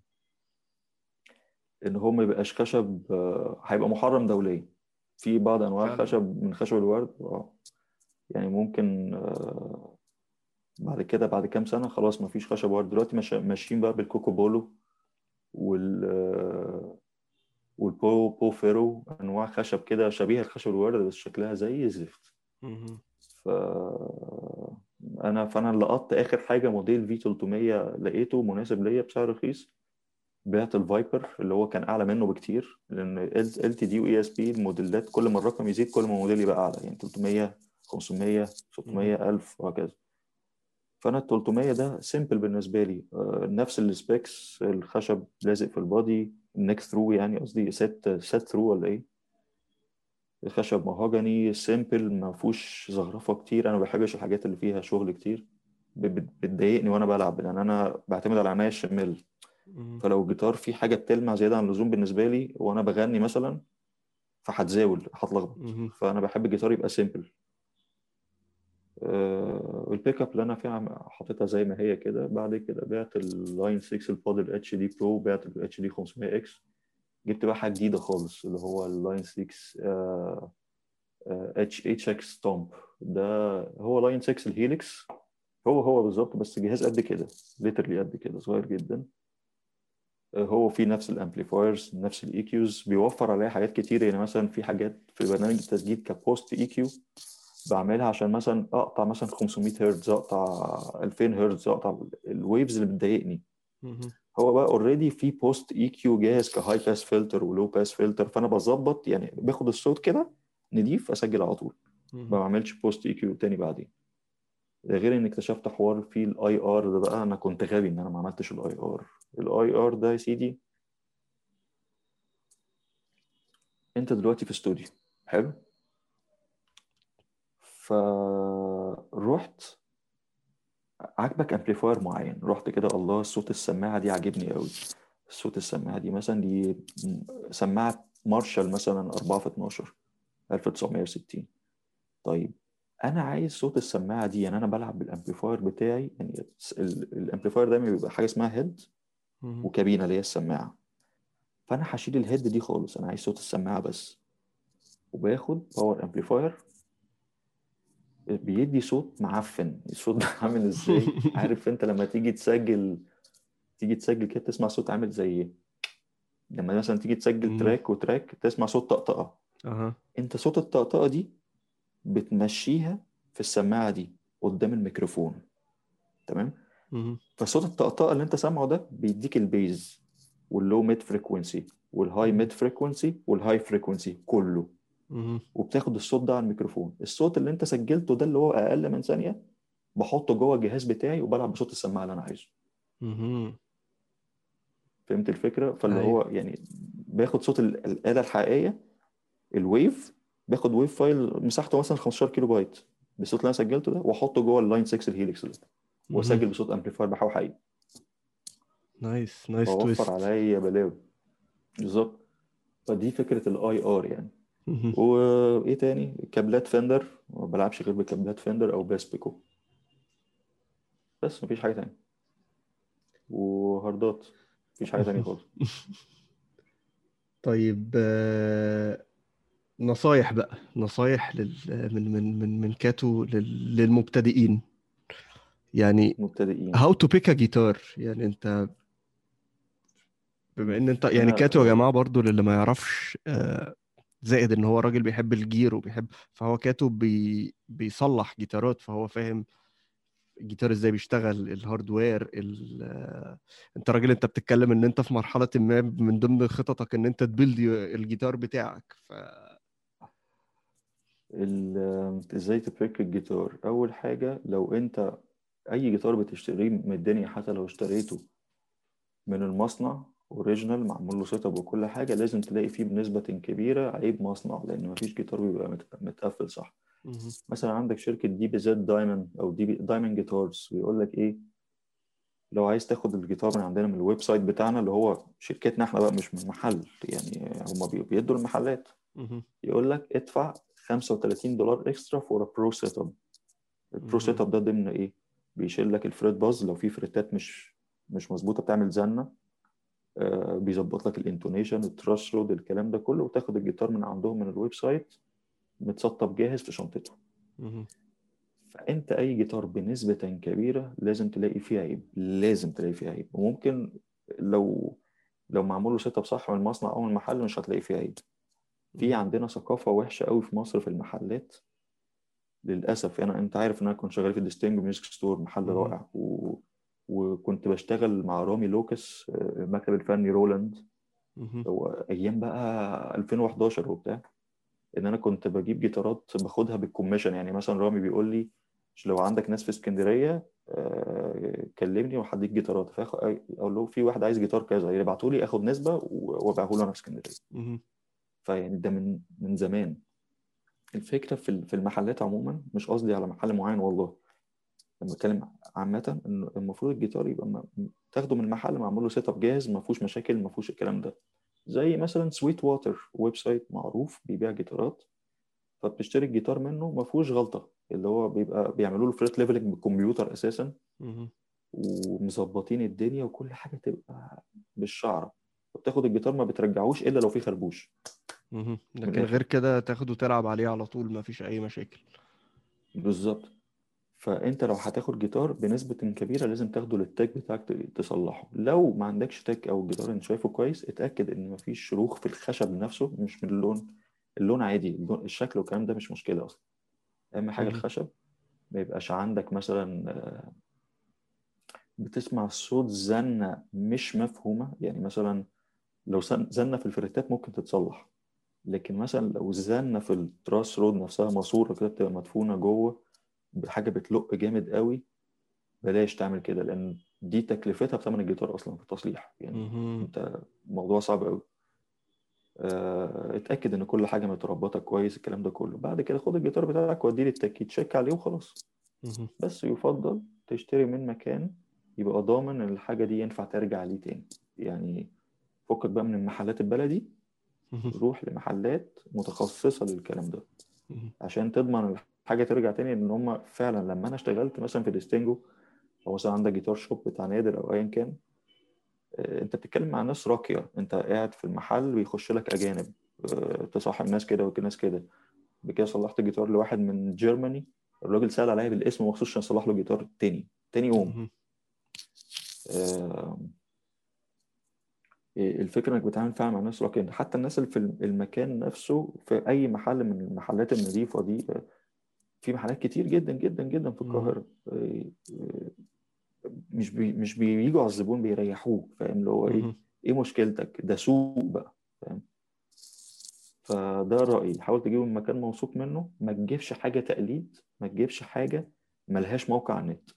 ان هو ما يبقاش خشب، آه، هيبقى محرم دوليا في بعض انواع فعلا. الخشب من خشب الورد. آه، يعني ممكن آه، بعد كده بعد كام سنة خلاص مفيش خشب ورد. دلوقتي مش ماشيين بقى بالكوكو بولو وال آه، والبو بو فيرو، انواع خشب كده شبيهه لخشب الورد بس شكلها زي الزفت. مهم. ف انا فانا لقطت اخر حاجه موديل في ثلاثمية لقيته مناسب ليا بسعر رخيص. بعت الفايبر اللي هو كان اعلى منه بكتير، لان ال تي دي واي اس بي الموديلات كل ما الرقم يزيد كل ما الموديل يبقى اعلى، يعني ثلاثمية خمسمية مهم. ستمية الف وهكذا. فانا ال ثلاثمية ده سيمبل بالنسبه لي، آه، نفس السبيكس، الخشب لازق في البادي، النك ثرو يعني قصدي سات سات ثرو ولا ايه. الخشب مهوجني سيمبل ما فيهوش زخرفه كتير، انا ما بحبش الحاجات اللي فيها شغل كتير، ب- بت- بتضايقني وانا بلعب، لان انا بعتمد على عناية الشمال. مهم. فلو الجيتار فيه حاجه بتلمع زياده عن اللزوم بالنسبه لي وانا بغني مثلا، فهتزاول هتلخبط. مهم. فانا بحب الجيتار يبقى سيمبل. آه، والبيك اب اللي انا فيها عم- حاططها زي ما هي كده. بعد كده بعت اللاين ستة البود الاتش دي برو، بعت الاتش دي خمسمية اكس. جبت بقى حاجه جديده خالص اللي هو اللاين ستة اتش اتش اكس ستومب. ده هو لاين ستة الهيليكس، هو هو بالظبط بس جهاز قد كده، ليترلي قد كده، صغير جدا. آه، هو فيه نفس الامبليفايرز نفس الاي كيوز، بيوفر عليها حاجات كتير. يعني مثلا في حاجات في برنامج التسجيل كبوست اي كيو بعملها عشان مثلا اقطع مثلا خمسمية هرتز، اقطع ألفين هرتز، اقطع الويفز اللي بتضايقني. مهم. هو بقى اوريدي في بوست اي كيو جاهز كهاي باس فلتر ولو باس فلتر، فانا بظبط يعني باخد الصوت كده نضيف اسجل على طول، ما مهم. بعملش بوست اي كيو تاني بعدين. ده غير ان اكتشفت حوار في الاي ار ده، بقى انا كنت غبي ان انا ما عملتش الاي ار. الاي ار ده يا سيدي، انت دلوقتي في استوديو حلو، فرحت عاجبك امبليفاير معين، رحت كده الله صوت السماعه دي عاجبني قوي، صوت السماعه دي مثلا دي سماعه مارشال مثلا أربعة في اتناشر ألف وتسعمية وستين. طيب انا عايز صوت السماعه دي، يعني انا بلعب بالامبليفاير بتاعي، يعني ال- الامبليفاير دايما بيبقى حاجه اسمها هيد مهم. وكابينه اللي هي السماعه. فانا هشيل الهيد دي خالص، انا عايز صوت السماعه بس، وباخد باور امبليفاير بيدي صوت معفن. الصوت ده عامل ازاي؟ عارف انت لما تيجي تسجل تيجي تسجل كده تسمع صوت عامل زي ايه؟ لما مثلا تيجي تسجل مهم. تراك وتراك تسمع صوت طقطقه. اها. انت صوت الطقطقه دي بتمشيها في السماعه دي قدام الميكروفون، تمام؟ مهم. فصوت الطقطقه اللي انت سامعه ده بيديك البيز واللو ميد فريكوينسي والهاي مهم. ميد فريكوينسي والهاي فريكوينسي كله، مهم. وبتاخد الصوت ده على الميكروفون. الصوت اللي انت سجلته ده اللي هو اقل من ثانيه بحطه جوه الجهاز بتاعي وبلعب بصوت السماعه اللي انا عايزه. مهم. فهمت الفكره؟ فاللي ايوه. هو يعني باخد صوت ال- الاله الحقيقيه، الويف، باخد ويف فايل مساحته مثلا خمستاشر كيلو بايت بالصوت اللي انا سجلته ده، واحطه جوه اللاين ستة الهيليكس ده، مهم. واسجل بصوت امبليفاير بحاول حقيقي. نايس نايس فوفر تويست. عليا بلاوي. بالظبط. فدي فكره الاي ار يعني. مهم. وايه تاني؟ كابلات فندر، ما بلعبش غير بكابلات فندر او باسبيكو، بس مفيش حاجه تانية. وهاردات، مفيش حاجه تانية خالص. طيب آه، نصايح بقى، نصايح لل... من من من من كاتو لل... للمبتدئين يعني. مبتدئين. how to pick a guitar. يعني انت بما ان انت يعني انا كاتو يا هقول جماعة برضو للي ما يعرفش، آه، زائد ان هو راجل بيحب الجير وبيحب، فهو كاتو بي... بيصلح جيتارات، فهو فاهم الجيتار ازاي بيشتغل، الهاردوير ال... آه، انت راجل، انت بتتكلم ان انت في مرحلة ما من ضمن خططك ان انت تبيلد الجيتار بتاعك ف ال- ازاي تبيك الجيتار. اول حاجه لو انت اي جيتار بتشتريه من الدنيا، حتى لو اشتريته من المصنع اوريجينال معمول له سيت اب وكل حاجه، لازم تلاقي فيه بنسبه كبيره عيب مصنع، لان مفيش جيتار بيبقى مت- متقفل صح. مهم. مثلا عندك شركه دي بي زد دايموند او دي بي دايموند جيتارز، بيقول لك ايه؟ لو عايز تاخد الجيتار من عندنا من الويب سايت بتاعنا اللي هو شركتنا احنا بقى مش من محل، يعني هما بي- بيدوا المحلات، مهم. يقول لك ادفع خمسة وتلاتين دولار اكسترا فور برو سيت اب. البرو سيت مهم. اب ده ضمن ايه؟ بيشيل لك الفريت باز لو في فريتات مش مش مظبوطه بتعمل زنه، آه بيظبط لك الانتونيشن، التراش رود، الكلام ده كله، وتاخد الجيتار من عندهم من الويب سايت متسطب جاهز في شنطته. مهم. فانت اي جيتار بنسبه كبيره لازم تلاقي فيه عيب، لازم تلاقي فيه عيب. وممكن لو لو معمول له سيت اب صح من المصنع او من المحل مش هتلاقي فيه عيب. في مهم. عندنا ثقافه وحشه قوي في مصر في المحلات للاسف. انا انت عارف ان انا كنت شغال في ديستينج ميوزك ستور، محل مهم. رائع، و... وكنت بشتغل مع رامي لوكس، آه، المكتب الفني رولاند، مهم. هو ايام بقى ألفين وحداشر وبتاع. ان انا كنت بجيب جيتارات باخدها بالكوميشن، يعني مثلا رامي بيقول لي لو عندك ناس في اسكندريه آه، كلمني وهديك جيتارات، فاخد اقول له في واحد عايز جيتار كذا يبعتوا لي، اخد نسبه وابيعه له انا في اسكندريه. مهم. فيعني ده من من زمان. الفكره في في المحلات عموما، مش قصدي على محل معين والله، لما بتكلم عامة، إن المفروض الجيتار يبقى م- تاخده من المحل معمول له سيت اب جاهز، ما فيهوش مشاكل، ما فيهوش الكلام ده. زي مثلا سويت واتر، ويب سايت معروف بيبيع جيتارات، فبتشتري الجيتار منه ما فيهوش غلطة، اللي هو بيبقى بيعملوا له فريت ليفلنج بالكمبيوتر أساسا، مهم. ومظبطين الدنيا وكل حاجة تبقى بالشعرة. فبتاخد الجيتار ما بترجعوش إلا لو فيه خربوش. مهم. من لكن غير الآخر. كده تاخده تلعب عليه على طول، ما فيش اي مشاكل. بالظبط. فانت لو هتاخد جيتار بنسبة كبيرة لازم تاخده للتاج بتاعك ت- تصلحه. لو ما عندكش تاج او الجيتار انت شايفه كويس، اتأكد ان مفيش شروخ في الخشب نفسه، مش من اللون. اللون عادي، اللون الشكل والكلام ده مش مشكلة اصلا. اهم حاجة مهم. الخشب ما يبقاش عندك مثلا آه، بتسمع صوت زنة مش مفهومة، يعني مثلا لو سن- زنة في الفريتات ممكن تتصلح، لكن مثلا لو زنة في التراس رود نفسها، ماسورة كده بتبقى مدفونة جوه بحاجة بتلق جامد قوي، بلاش تعمل كده، لان دي تكلفتها بثمن الجيتار اصلا في التصليح يعني. مهم. انت موضوع صعب قوي. اه، اتاكد ان كل حاجه متربطه كويس، الكلام ده كله. بعد كده خد الجيتار بتاعك وديه للتك يتشيك عليه وخلاص. مهم. بس يفضل تشتري من مكان يبقى ضامن ان الحاجه دي ينفع ترجع ليه تاني. يعني فكك بقى من المحلات البلدي، روح لمحلات متخصصه للكلام ده عشان تضمن الحاجه ترجع تاني. ان هم فعلا لما انا اشتغلت مثلا في ديستينجو، او مثلا عندك جيتار شوب بتاع نادر او ايا كان، آه، انت بتتكلم مع ناس راقيه، انت قاعد في المحل بيخش لك اجانب، آه، تصاحب ناس كده وناس كده. بكده صلحت جيتار لواحد من جيرماني، الراجل سأل عليا بالاسم مخصوص عشان اصلح له جيتار تاني تاني يوم. آه، الفكره انك بتتعامل فعلا مع ناس راقيه. حتى الناس اللي في المكان نفسه، في اي محل من المحلات النظيفه دي، آه، في محلات كتير جدا جدا جدا في القاهره، آه، آه، مش بي مش بييجوا على الزبون، بيريحوه. فاهم اللي هو ايه؟ ايه مشكلتك؟ ده سوق بقى. فاهم؟ فده رأيي، حاول تجيبه من مكان موثوق منه، ما تجيبش حاجة تقليد، ما تجيبش حاجة ملهاش موقع على النت.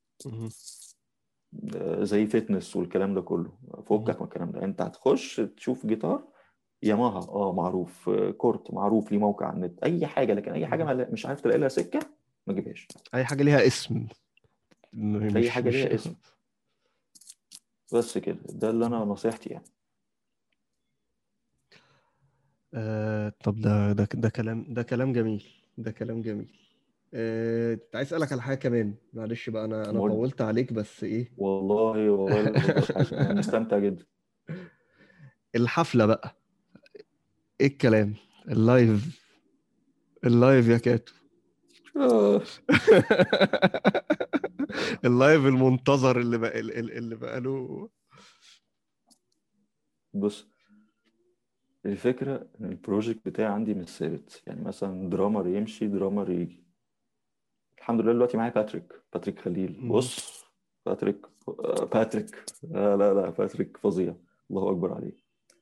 آه، زي فيتنس والكلام ده كله، فكك من الكلام ده. انت هتخش تشوف جيتار ياماها، اه معروف، آه، كورت معروف ليه موقع على النت، اي حاجة. لكن اي حاجة مل- مش عارف تلاقي لها سكة، ما تجيبهاش. اي حاجه ليها اسم، م- اي مش حاجة مش ليها اسم، بس كده. ده اللي انا نصيحتي يعني. آه طب ده ده ده كلام ده كلام جميل، ده كلام جميل. آه عايز اسالك على حاجه كمان، معلش بقى، انا انا مول. طولت عليك بس ايه. والله والله لا بهزر حاجة، انا مستمتع جدا. الحفله بقى، ايه الكلام؟ اللايف، اللايف يا كاتو. آه. اللايف المنتظر اللي بقى اللي بقى له. بص، الفكرة إن البروجكت بتاعي عندي مش ثابت. يعني مثلا درامر يمشي درامر يجي. الحمد لله دلوقتي معايا باتريك باتريك خليل. مهم. بص، باتريك، آه، باتريك، لا لا لا باتريك فظيع، الله أكبر عليه.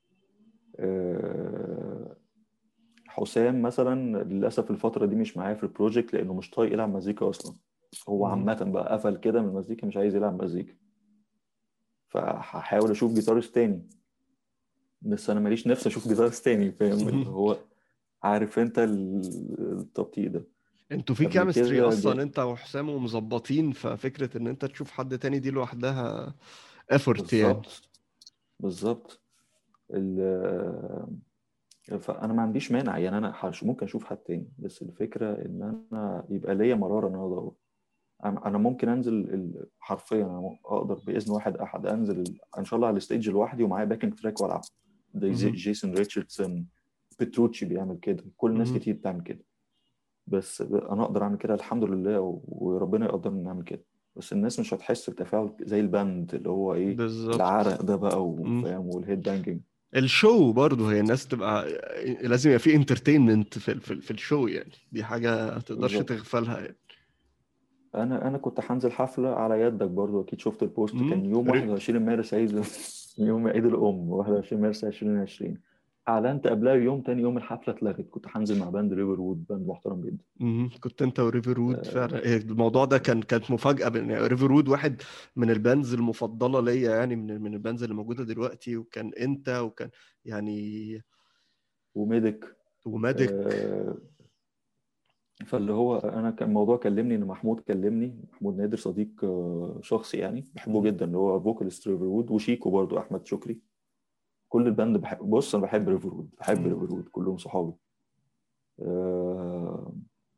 آه، حسام مثلا للأسف الفترة دي مش معايا في البروجكت، لأنه مش طايق يلعب مزيكا أصلا. هو مهم. عامة بقى قفل كده من المزيكا، مش عايز يلعب مزيكا. فهحاول أشوف جيتارست تاني، بس أنا ماليش نفسي أشوف جيتارست تاني. فاهم اللي مهم. هو، عارف أنت ال- التبطيء ده. انتوا في قبل كيمستري كده اصلا جه. انت وحسام ومظبطين، ففكره ان انت تشوف حد تاني دي لوحدها effort يعني. بالظبط، بالظبط. ال- فانا ما عنديش مانع. يعني انا حش- ممكن اشوف حد تاني، بس الفكره ان انا يبقى ليا مراره ان انا ادور. انا أنا ممكن انزل ال- حرفيا انا م- اقدر باذن واحد احد انزل ال- ان شاء الله على الستيج لوحدي ومعايا باكينج تراك والعب. زي زي مهم. جيسون ريتشاردسون، بتروتشي بيعمل كده، كل الناس مهم. كتير بتعمل كده. بس انا اقدر اعمل كده الحمد لله، و- وربنا يقدرني نعمل كده. بس الناس مش هتحس بتفاعل زي الباند اللي هو ايه، بالظبط. العرق ده بقى، مم. وفاهم، والهيد بانجينج. الشو برضه هي الناس تبقى لازم يبقى في انترتينمنت في ال- في ال- في الشو يعني، دي حاجة ما تقدرش بالظبط. تغفلها يعني. انا انا كنت هنزل حفله على يدك برضو، اكيد شفت البوست، امم كان يوم ري... واحد وعشرين مارس عيد يوم عيد الام، واحد وعشرين مارس ألفين وعشرين. اعلنت قبلها بيوم، تاني يوم الحفله اتلغت. كنت هنزل مع باند ريفر وود، باند محترم جدا. مم. كنت انت وريفر وود آه، فعلا. إيه، الموضوع ده كان كانت مفاجأة بان يعني ريفر وود واحد من البانز المفضلة ليا يعني، من من البانز اللي موجودة دلوقتي، وكان انت وكان يعني وميديك. ومادك. آه، فاللي هو انا كان الموضوع كلمني ان محمود كلمني، محمود نادر صديق آه، شخصي يعني، بحبه مم. جدا، اللي هو فوكاليست ريفر وود، وشيكو برضو احمد شكري. كل الباند بحب. بص انا بحب ريفر وود، بحب مم. ريفر وود، كلهم صحابي. آه،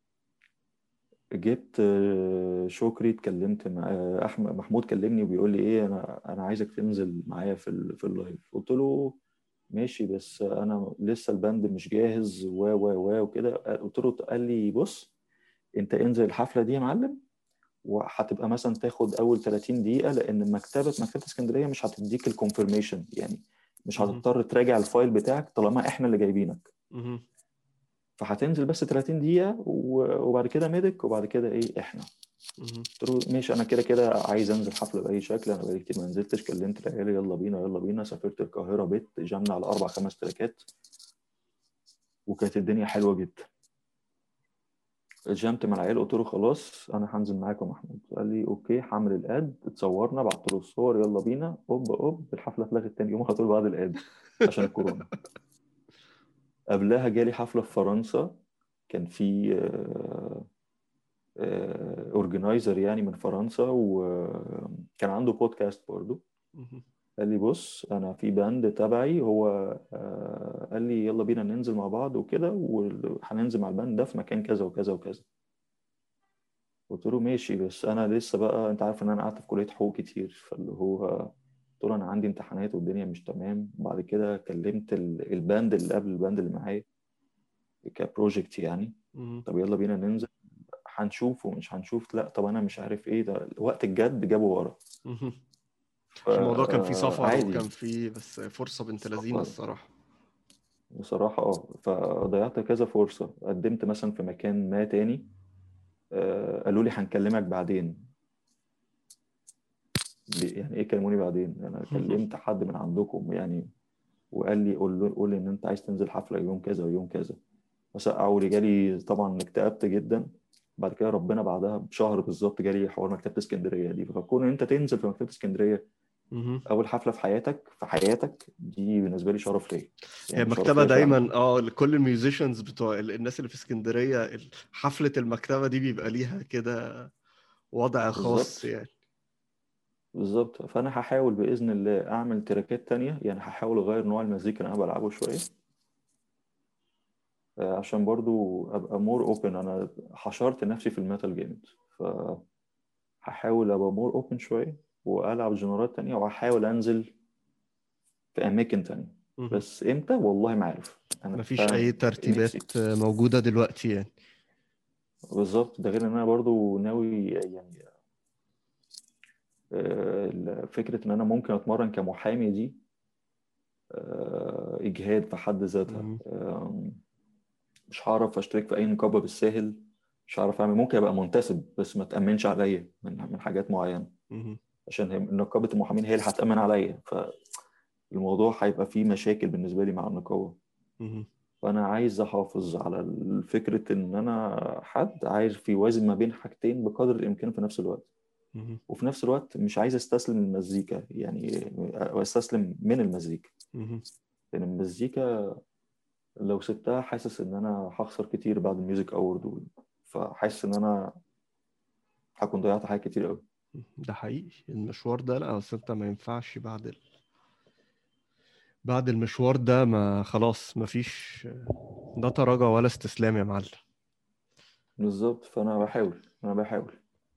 جبت آه، شكري، اتكلمت مع آه، احمد. محمود كلمني وبيقول لي ايه، انا انا عايزك تنزل معايا في ال... في اللايف. قلت له ماشي، بس انا لسه الباند مش جاهز و و و وكده. قلت له، قال لي بص، انت انزل الحفله دي يا معلم، وهتبقى مثلا تاخد اول ثلاثين دقيقه، لان مكتبه مكتبه اسكندريه مش هتديك الكونفirmation يعني، مش مم. هتضطر تراجع الفايل بتاعك طالما احنا اللي جايبينك. مم. فهتنزل بس ثلاثين دقيقه، و- وبعد كده ميدك، وبعد كده ايه احنا. مم. قلت له ماشي، انا كده كده عايز انزل حفله باي شكل، انا بقالي كتير ما نزلتش. كلمت العيال، يلا بينا يلا بينا. سافرت القاهره، بيت جمنا على اربع خمس تراكات، وكانت الدنيا حلوه جدا. جمت مع العيال، قلت له خلاص انا هنزل معاك يا محمود. قال لي اوكي، هعمل الاد. اتصورنا، بعت له الصور، يلا بينا. اوب اوب، الحفله اتلغت تاني يوم على طول بعد الاد عشان الكورونا. قبلها جالي حفله في فرنسا، كان في آه، اورجنايزر يعني من فرنسا، وكان عنده بودكاست برضو. مهم. قال لي بص انا في باند تبعي، هو آه، قال لي يلا بينا ننزل مع بعض وكده، وهننزل مع الباند ده في مكان كذا وكذا وكذا. قلت له ماشي، بس انا لسه بقى انت عارف ان انا قعدت في كلية حقوق كتير، فاللي هو قلت له انا عندي امتحانات والدنيا مش تمام. وبعد كده كلمت ال- الباند اللي قبل الباند اللي معايا كبروجكت يعني، مهم. طب يلا بينا ننزل، هنشوف ومش هنشوف، لا طب انا مش عارف ايه ده، وقت الجد جابوا ورا. مهم. الموضوع كان فيه سفر فعادي وكان فيه بس فرصة بنت لذينة سفر الصراحة. بصراحة، اه فضيعت كذا فرصة. قدمت مثلا في مكان ما تاني، آه، قالوا لي هنكلمك بعدين. ب- يعني ايه كلموني بعدين؟ انا كلمت حد من عندكم يعني، وقال لي قول له قول لي ان انت عايز تنزل حفلة يوم كذا ويوم كذا. فسقعوا لي، جالي طبعا اكتئبت جدا. بعد كده ربنا بعدها بشهر بالظبط جالي حوار مكتبة اسكندرية دي. فكون ان انت تنزل في مكتبة اسكندرية مهم. اول حفلة في حياتك في حياتك دي بالنسبة لي شرف ليا، هي يعني شرف المكتبة ليا فعلا. دايما اه لكل الميوزيشنز بتوع ال- الناس اللي في اسكندرية ال- حفلة المكتبة دي بيبقى ليها كده وضع خاص بالظبط يعني. بالظبط. فانا هحاول باذن الله اعمل تراكات تانية، يعني هحاول اغير نوع المزيكا اللي انا بلعبه شويه، آه، عشان برضو ابقى مور اوبن. انا حشرت نفسي في الميتال جامد، فهحاول ابقى مور اوبن شويه والعب جنرات تانية، وهحاول انزل في اماكن تانية. مهم. بس امتى والله ما عارف، انا مفيش أي فعلا نفسي. ترتيبات موجودة دلوقتي يعني. بالظبط. ده غير ان انا برضو ناوي يعني، آه، فكره ان انا ممكن اتمرن كمحامي دي آه، اجهاد في حد ذاتها. مهم. آم، مش هعرف اشترك في اي نقابه بالساهل، مش هعرف اعمل. ممكن ابقى منتسب بس ما تامنش عليا من من حاجات معينه، مهم. عشان هي- نقابه المحامين هي اللي هتامن عليا. فالموضوع هيبقى فيه مشاكل بالنسبه لي مع النقابه. مهم. فانا عايز احافظ على فكره ان انا حد عايز يوازن ما بين حاجتين بقدر الامكان في نفس الوقت. مهم. وفي نفس الوقت مش عايز استسلم للمزيكا يعني، او استسلم من المزيكا. مهم. لان المزيكا لو سبتها حاسس ان انا هخسر كتير بعد الميوزك اورد دول. فحاسس ان انا هكون ضيعت حاجات كتير قوي. ده حقيقي المشوار ده، لا اصل انت ما ينفعش بعد ال... بعد المشوار ده ما خلاص مفيش ده تراجع ولا استسلام يا معلم. بالظبط. فانا بحاول انا بحاول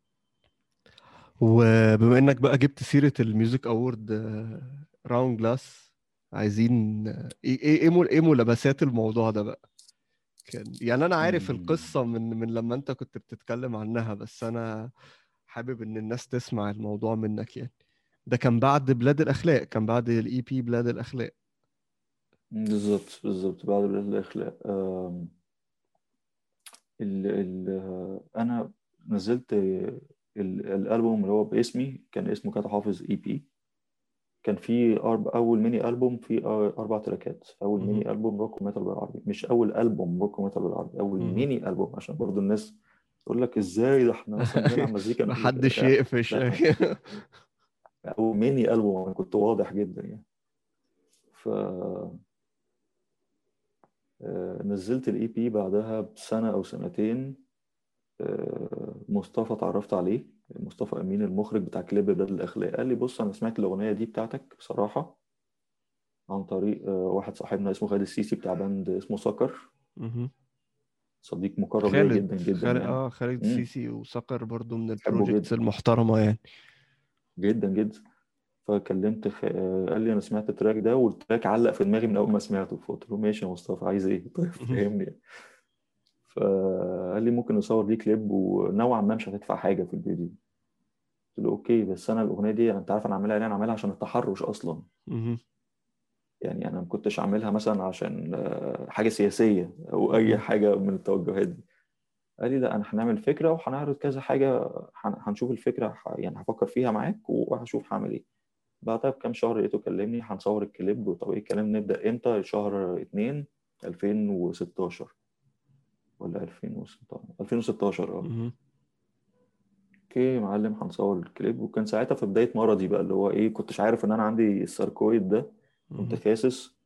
وبما انك بقى جبت سيرة الميوزك اوورد راوند جلاس، عايزين آه، ايه ايه ايه مل- إيه ملابسات الموضوع ده بقى؟ كان يعني انا عارف مم. القصة من من لما انت كنت بتتكلم عنها، بس انا حابب ان الناس تسمع الموضوع منك يعني. ده كان بعد بلاد الاخلاق، كان بعد الاي بي بلاد الاخلاق. بالظبط بالظبط بعد الاخلاق. آم، ال ال انا نزلت ال- الالبوم اللي هو باسمي، كان اسمه كات حافظ اي بي. كان في أرب... اول ميني البوم فيه اربع تراكات. اول مهم. ميني البوم روك وميتال بالعربي، مش اول البوم روك وميتال بالعربي، اول مهم. ميني البوم، عشان برضو الناس تقول لك ازاي ده احنا مثلا بنلعب مزيكا نقول لك محدش لا يقفش. لا. او ميني البوم، انا كنت واضح جدا يعني. ف آه، نزلت الاي بي بعدها بسنه او سنتين. آه، مصطفى اتعرفت عليه، مصطفى امين المخرج بتاع كليب بلاد الاخلاق. قال لي بص انا سمعت الاغنيه دي بتاعتك بصراحه عن طريق آه، واحد صاحبنا اسمه خالد السيسي بتاع باند اسمه سكر، مهم. صديق مقرب ليا خالد جدا جدا خالد يعني. اه خالد امم السيسي وصقر برضو من بحبه البروجيكتس جدا المحترمة يعني. جدا جدا. فكلمت خ... آه، قال لي انا سمعت التراك ده، والتراك علق في دماغي من اول ما سمعته. فقلت له ماشي يا مصطفى عايز ايه؟ طيب مهم. فهمني. فقال لي ممكن نصور ليه كليب، ونوعا ما مش هتدفع حاجه في الفيديو. قلت له اوكي، بس انا الاغنيه دي انت عارف انا عاملها ليه؟ انا عاملها عشان التحرش اصلا. مهم. يعني انا ما كنتش عاملها مثلا عشان آه، حاجه سياسيه او اي مهم. حاجه من التوجهات دي. قال لي لا انا هنعمل فكره وهنعرض كذا حاجه، هن- هنشوف الفكره، ه- يعني هفكر فيها معاك وهشوف هعمل ايه. بعدها بكام شهر لقيته كلمني هنصور الكليب. طب ايه الكلام، نبدا امتى؟ شهر اتنين ألفين وستاشر ولا ألفين وستاشر ألفين وستاشر اه. مهم. اوكي يا معلم هنصور الكليب. وكان ساعتها في بدايه مرضي بقى، اللي هو ايه، كنتش عارف ان انا عندي الساركويد ده. كنت مهم. خاسس،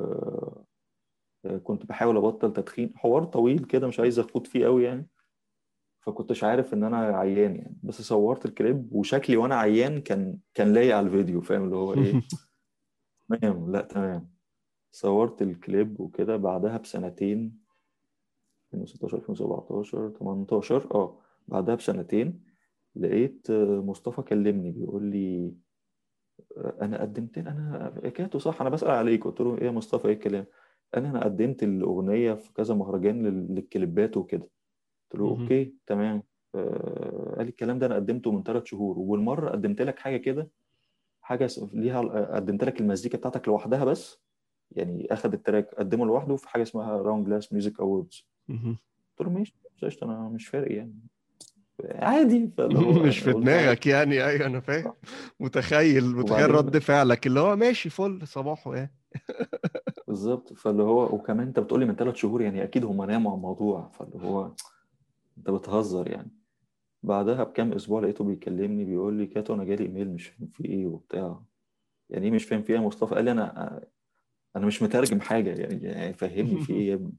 وكنت بحاول ابطل تدخين. حوار طويل كده مش عايز اخوض فيه قوي يعني. فكنتش عارف ان انا عيان يعني، بس صورت الكليب وشكلي وانا عيان كان كان لايق على الفيديو، فاهم اللي هو ايه. تمام، لا تمام. صورت الكليب وكده. بعدها بسنتين ألفين وستاشر ألفين وسبعتاشر تمنتاشر اه بعدها بسنتين لقيت آه، مصطفى كلمني بيقول لي آه، انا قدمت انا كاتو صح، انا بسأل عليك. قلت له ايه يا مصطفى، ايه الكلام؟ قال لي انا قدمت الاغنيه في كذا مهرجان لل- للكليبات وكده. قلت له اوكي تمام. آه، قال لي الكلام ده انا قدمته من ثلاث شهور، والمره قدمت لك حاجه كده، حاجه س- ليها، قدمت لك المزيكا بتاعتك لوحدها بس، يعني اخد التراك قدمه لوحده في حاجه اسمها راوند جلاس ميوزك اووردز. قلت له ماشي مش قشطة، انا مش فارق يعني، عادي. فاللي هو مش يعني في قلت عادي. دماغك يعني. ايوه انا فاهم. متخيل متخيل وبعدين رد فعلك اللي هو ماشي فل صباحه يعني. بالظبط، فاللي هو وكمان انت بتقولي من ثلاث شهور، يعني اكيد هم ناموا على الموضوع، فاللي هو انت بتهزر يعني. بعدها بكام اسبوع لقيته بيكلمني بيقول لي كاتو انا جالي ايميل مش فاهم فيه ايه وبتاع. يعني ايه مش فاهم فيه يا مصطفى؟ قال لي انا انا مش مترجم حاجه يعني, يعني فهمني في ايه يا ابني.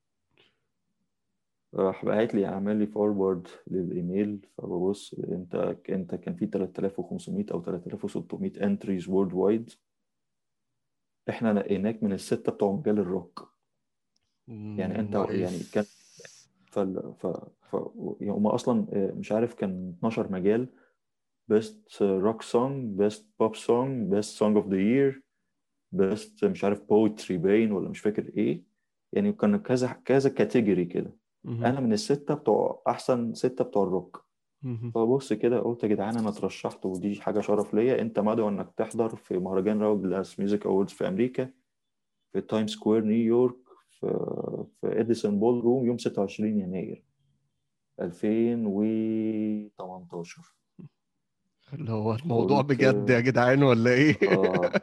راح باعت لي عمل لي فورورد للايميل، فببص انت انت كان في ثلاثة آلاف وخمسمية او ثلاثة آلاف وستمية انتريز وورلد وايد، احنا نقيناك من الستة بتوع مجال الروك. يعني انت يعني نايس. كان فال ف ف يعني هم اصلا مش عارف كان اتناشر مجال: بيست روك سونج، بيست بوب سونج، بيست سونج اوف ذا يير، بيست مش عارف بويتري باين ولا مش فاكر ايه. يعني كان كذا كذا كاتيجوري كده. مهم. انا من الستة بتوع احسن ستة بتوع الروك. مهم. فبص كده قلت يا جدعان انا اترشحت ودي حاجة شرف ليا، انت مدعو انك تحضر في مهرجان راوند جلاس ميوزك اووردز في امريكا في تايم سكوير نيويورك في في اديسون بول روم يوم ستة وعشرين يناير ألفين وتمنتاشر. اللي هو الموضوع قلت بجد يا جدعان ولا ايه؟ اه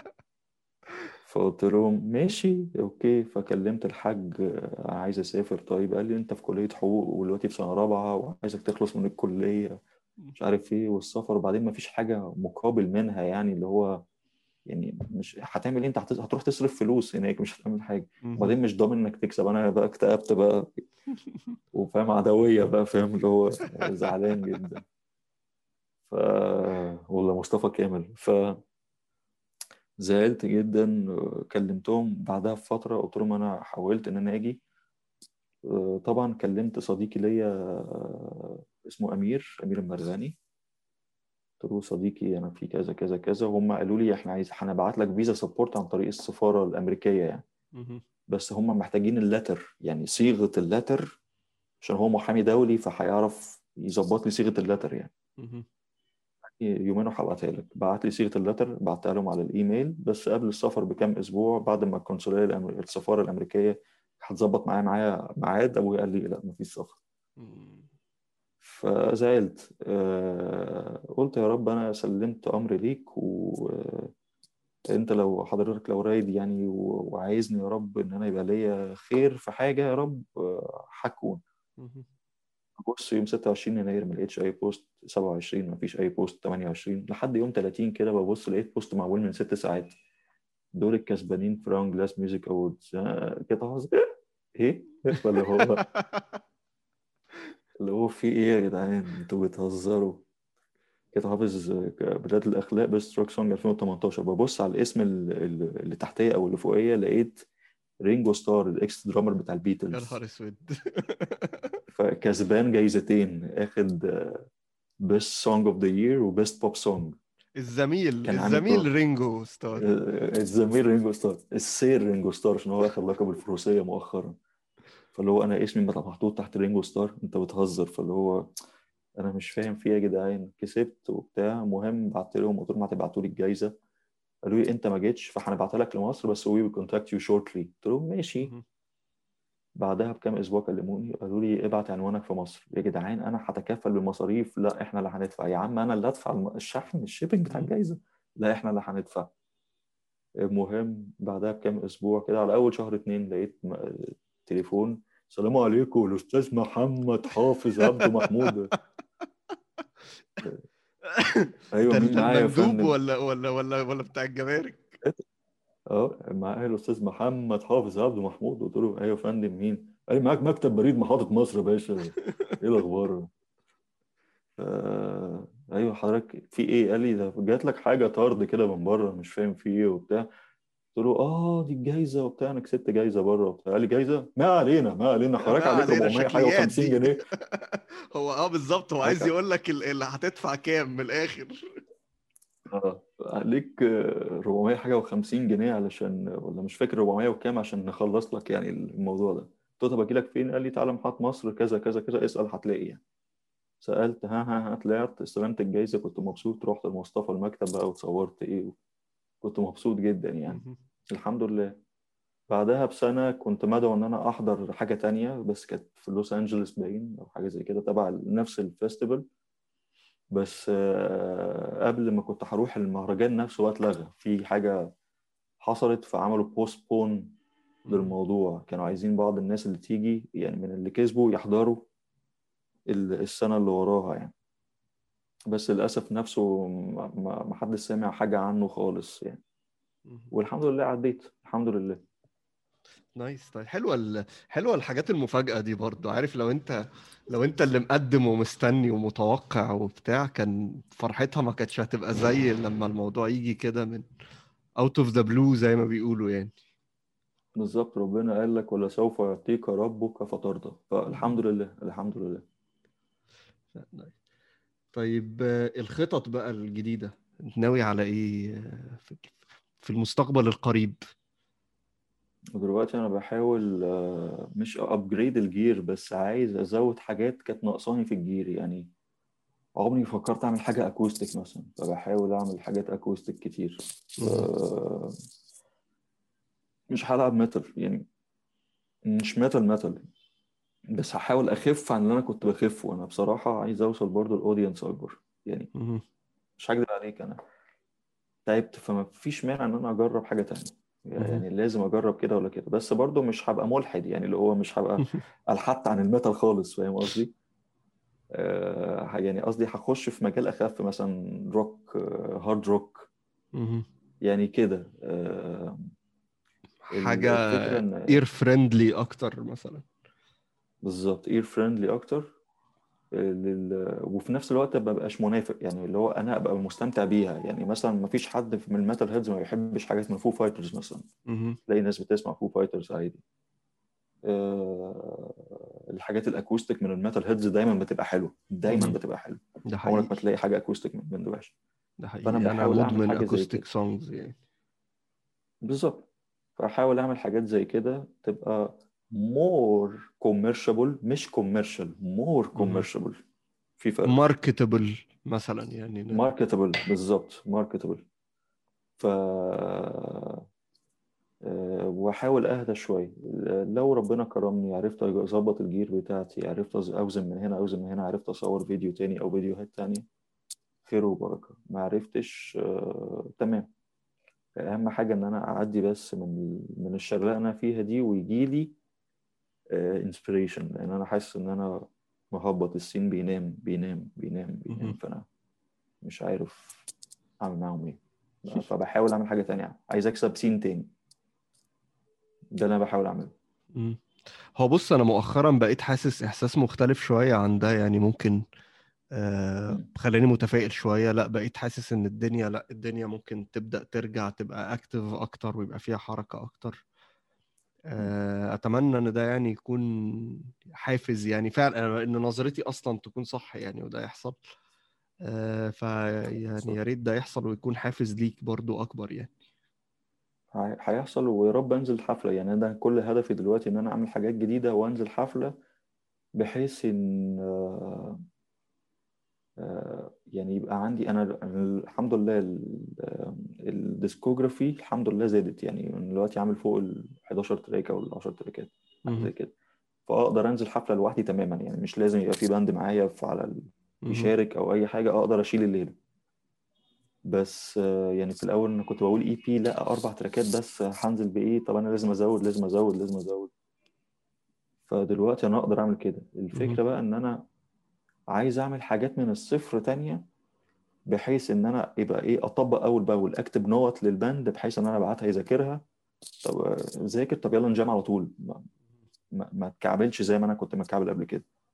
فقلت لهم ماشي اوكي. فكلمت الحاج آه، عايز اسافر. طيب قال لي انت في كلية حقوق ودلوقتي في سنة رابعة وعايزك تخلص من الكلية مش عارف ايه والسفر، وبعدين ما فيش حاجة مقابل منها، يعني اللي هو يعني مش هتعمل ايه؟ انت هت- هتروح تصرف فلوس هناك مش هتعمل حاجة، مهم. وبعدين مش ضامن انك تكسب. انا بقى اكتئبت بقى وفاهم عدوية بقى، فاهم اللي هو زعلان جدا. ف والله مصطفى كامل. فزعلت جدا. كلمتهم بعدها بفترة قلت لهم أنا حاولت إن أنا أجي. طبعا كلمت صديقي ليا اسمه أمير أمير المرغني. قلت له صديقي أنا في كذا كذا كذا، وهم قالوا لي إحنا عايز هنبعت لك فيزا سبورت عن طريق السفارة الأمريكية يعني، مهم. بس هم محتاجين اللتر، يعني صيغة اللتر، عشان هو محامي دولي فهيعرف يظبط لي صيغة اللتر يعني. مهم. يومين وهبعتها لك. بعت لي صيغة اللتر بعتها لهم على الإيميل، بس قبل السفر بكام أسبوع بعد ما القنصلية الأمر... السفارة الأمريكية هتظبط معايا معايا ميعاد، أبوي قال لي لا مفيش سفر. مم. فزعلت. آه... قلت يا رب أنا سلمت أمري ليك، وأنت لو حضرتك لو رايد يعني و... وعايزني يا رب إن أنا يبقى ليا خير في حاجة يا رب آه، هكون. مهم. بص يوم ستة وعشرين يناير ما لقيتش اي بوست، سبعة وعشرين ما فيش اي بوست، تمنية وعشرين لحد يوم تلاتين كده ببص لقيت بوست معمول من ست ساعات: دول الكسبانين في راوند جلاس ميوزك اووردز. كده خلاص ايه ولا هو اللي هو في ايه يا جدعان انتوا بتهزروا. كده حافظ بداية الأخلاق بس روك سونج ألفين وتمنتاشر. ببص على الاسم ال- ال- اللي تحتيه أو اللي فوقيه لقيت رينجو ستار الإكس درامر بتاع يا البيتلز. نهار اسود. فكسبان جايزتين، اخد بيست سونج اوف ذا يير وبيست بوب سونج. الزميل كان عامل الزميل بروف رينجو ستار. الزميل رينجو ستار، السير رينجو ستار، عشان هو اخد لقب الفروسية مؤخرا. فاللي هو انا اسمي محطوط تحت رينجو ستار، انت بتهزر. فاللي هو انا مش فاهم فيها يا جدعان. كسبت وبتاع. مهم بعت لهم قلت لهم هتبعتوا لي الجايزة. قالوا لي انت ما جيتش فهنبعتها لك لمصر بس وي ويل كونتاكت يو شورتلي. قلت لهم ماشي. مهم. بعدها بكام اسبوع كلموني قالوا لي ابعت عنوانك في مصر. يا جدعان انا هتكفل بالمصاريف. لا احنا اللي هندفع. يا عم انا اللي ادفع الم- الشحن الشيبنج بتاع مهم. الجايزة. لا احنا اللي هندفع. المهم بعدها بكام اسبوع كده على اول شهر اتنين لقيت م- تليفون: السلام عليكم الاستاذ محمد حافظ عبده محمود. ايوه ده مين ده معايا يا المندوب فندم؟ ولا ولا ولا ولا بتاع الجمارك؟ اه معايا الاستاذ محمد حافظ عبده محمود. قلت له ايوه يا فندم مين؟ قال لي معاك مكتب بريد محافظة مصر يا باشا. ايه الاخبار؟ آه ايوه حضرتك في ايه؟ قال لي ده جات لك حاجه طرد كده من بره مش فاهم في ايه وبتاع. قلت له اه دي الجايزه وبتاع، انا كسبت جايزه بره وبتاع. قال لي جايزه؟ ما علينا ما علينا، حضرتك ما عليك علينا، أربعمية حاجه شكليات و50 دي. جنيه هو اه بالظبط، هو عايز حضرتك يقول لك ال- اللي هتدفع كام من الاخر. اه عليك آه، أربعمية حاجه و50 جنيه علشان، ولا مش فاكر أربعمية وكام، عشان نخلص لك يعني الموضوع ده. قلت له طب اجي لك فين؟ قال لي تعالى محطة مصر كذا كذا كذا، اسال هتلاقي يعني. سالت ها ها ها، طلعت استلمت الجايزه، كنت مبسوط. رحت لمصطفى المكتب بقى وتصورت ايه، كنت مبسوط جدا يعني. مهم. الحمد لله. بعدها بسنة كنت مدعو إن أنا أحضر حاجة تانية، بس كانت في لوس أنجلوس باين أو حاجة زي كده تبع نفس الفestival. بس آه، قبل ما كنت هروح المهرجان نفسه اتلغى في حاجة حصلت، فعملوا بوستبون مهم. للموضوع. كانوا عايزين بعض الناس اللي تيجي يعني من اللي كسبوا يحضروا ال- السنة اللي وراها يعني. بس للأسف نفسه ما ما- ما حدش سامع حاجة عنه خالص يعني. مهم. والحمد لله عديت الحمد لله. نايس. طيب حلوه ال... حلوه الحاجات المفاجاه دي برضو. عارف لو انت لو انت اللي مقدم ومستني ومتوقع وبتاع، كان فرحتها ما كانتش هتبقى زي لما الموضوع يجي كده من out of the blue زي ما بيقولوا يعني. بالظبط، ربنا قال لك ولسوف يعطيك ربك فترضى، فالحمد مهم. لله الحمد لله. نايس. طيب آه، الخطط بقى الجديدة، انت ناوي على ايه آه، في في المستقبل القريب؟ ودلوقتي انا بحاول آه، مش ابجريد الجير، بس عايز ازود حاجات كانت ناقصاني في الجير يعني. عمري فكرت اعمل حاجه اكوستيك مثلا، فبحاول اعمل حاجات اكوستيك كتير. مهم. آه، مش هلعب ميتال يعني، مش ميتال ميتال، بس هحاول اخف عن اللي انا كنت بخفه. انا بصراحه عايز اوصل برضو الاودينس اكبر يعني. مهم. مش هكدب عليك، انا تعبت، فما فيش مانع ان انا اجرب حاجه تانية مهم. يعني. لازم اجرب كده ولا كده، بس برضو مش هبقى ملحد يعني، اللي هو مش هبقى الحدت عن الميتال خالص، فاهم قصدي؟ آه يعني قصدي هخش في مجال اخف مثلا روك، آه هارد روك مهم. يعني كده. آه ال- حاجة الفكره ان اير فريندلي اكتر مثلا. بالظبط اير فريندلي اكتر. آه، لل... وفي نفس الوقت ما بقاش منافق يعني، اللي هو انا ابقى مستمتع بيها يعني. مثلا ما فيش حد من الميتال هيدز ما بيحبش حاجات من فو فايترز مثلا. مهم. تلاقي ناس بتسمع فو فايترز عادي. آه، الحاجات الاكوستيك من الميتال هيدز دايما بتبقى حلوه، دايما مهم. بتبقى حلوه. ده عمرك ما حقيقي. تلاقي حاجه اكوستيك من من وحشه. ده فانا حقيقي، انا بحاول اعمل مدمن حاجه زي اكوستيك كده. سونجز يعني. بالظبط. فاحاول اعمل حاجات زي كده تبقى more commercial، مش commercial، more commercial. في فرق. ماركتبل مثلا يعني ن- marketable، بالظبط marketable. ف آه، واحاول اهدى شويه. لو ربنا كرمني عرفت اظبط الجير بتاعتي، عرفت أز- اوزن من هنا اوزن من هنا، عرفت اصور فيديو تاني او فيديوهات تانية، خير وبركه. ما عرفتش آه، تمام. اهم حاجه ان انا اعدي بس من من الشغلانه اللي انا فيها دي، ويجي لي انسبيريشن. لان انا حاسس ان انا مهبط، السين بينام بينام بينام بينام، مهم. فانا مش عارف اعمل معاهم ايه. فبحاول اعمل حاجه تانية، عايز اكسب سين تاني. ده اللي انا بحاول اعمله. مم. هو بص، انا مؤخرا بقيت حاسس احساس مختلف شوية عن ده يعني. ممكن آه مم. خلاني متفائل شوية. لا بقيت حاسس ان الدنيا لا الدنيا ممكن تبدأ ترجع تبقى اكتف اكتر ويبقى فيها حركة اكتر. مم. آه اتمنى ان ده يعني يكون حافز يعني فعلا، ان نظرتي اصلا تكون صح يعني وده يحصل. آه فيعني يا ريت ده يحصل ويكون حافز ليك برضو اكبر يعني. هي- هيحصل، ويا رب انزل حفله يعني. انا ده كل هدفي دلوقتي، ان انا اعمل حاجات جديده وانزل حفله، بحيث ان آه، آه، يعني يبقى عندي انا أنا الحمد لله ال- آه، الديسكوجرافي الحمد لله زادت يعني. أنا دلوقتي عامل فوق ال حداشر تراك او ال عشر تراكات، حاجه مهم. زي كده. فاقدر انزل حفله لوحدي تماما يعني، مش لازم يبقى في باند معايا في على ال- مهم. يشارك او اي حاجه، اقدر اشيل الليله. بس آه، يعني في الاول انا كنت بقول اي بي لا اربع تراكات بس، هنزل بايه؟ طب انا لازم ازود لازم ازود لازم ازود. فدلوقتي انا اقدر اعمل كده. مهم. الفكره بقى ان انا عايز اعمل حاجات من الصفر تانية، بحيث ان انا يبقى ايه، اطبق اول باول، اكتب نوت للباند بحيث ان انا ابعتها يذاكرها. طب آه، ذاكر، طب يلا نجام على طول. ما, ما, ما تكعبلش زي ما انا كنت متكعبل قبل كده.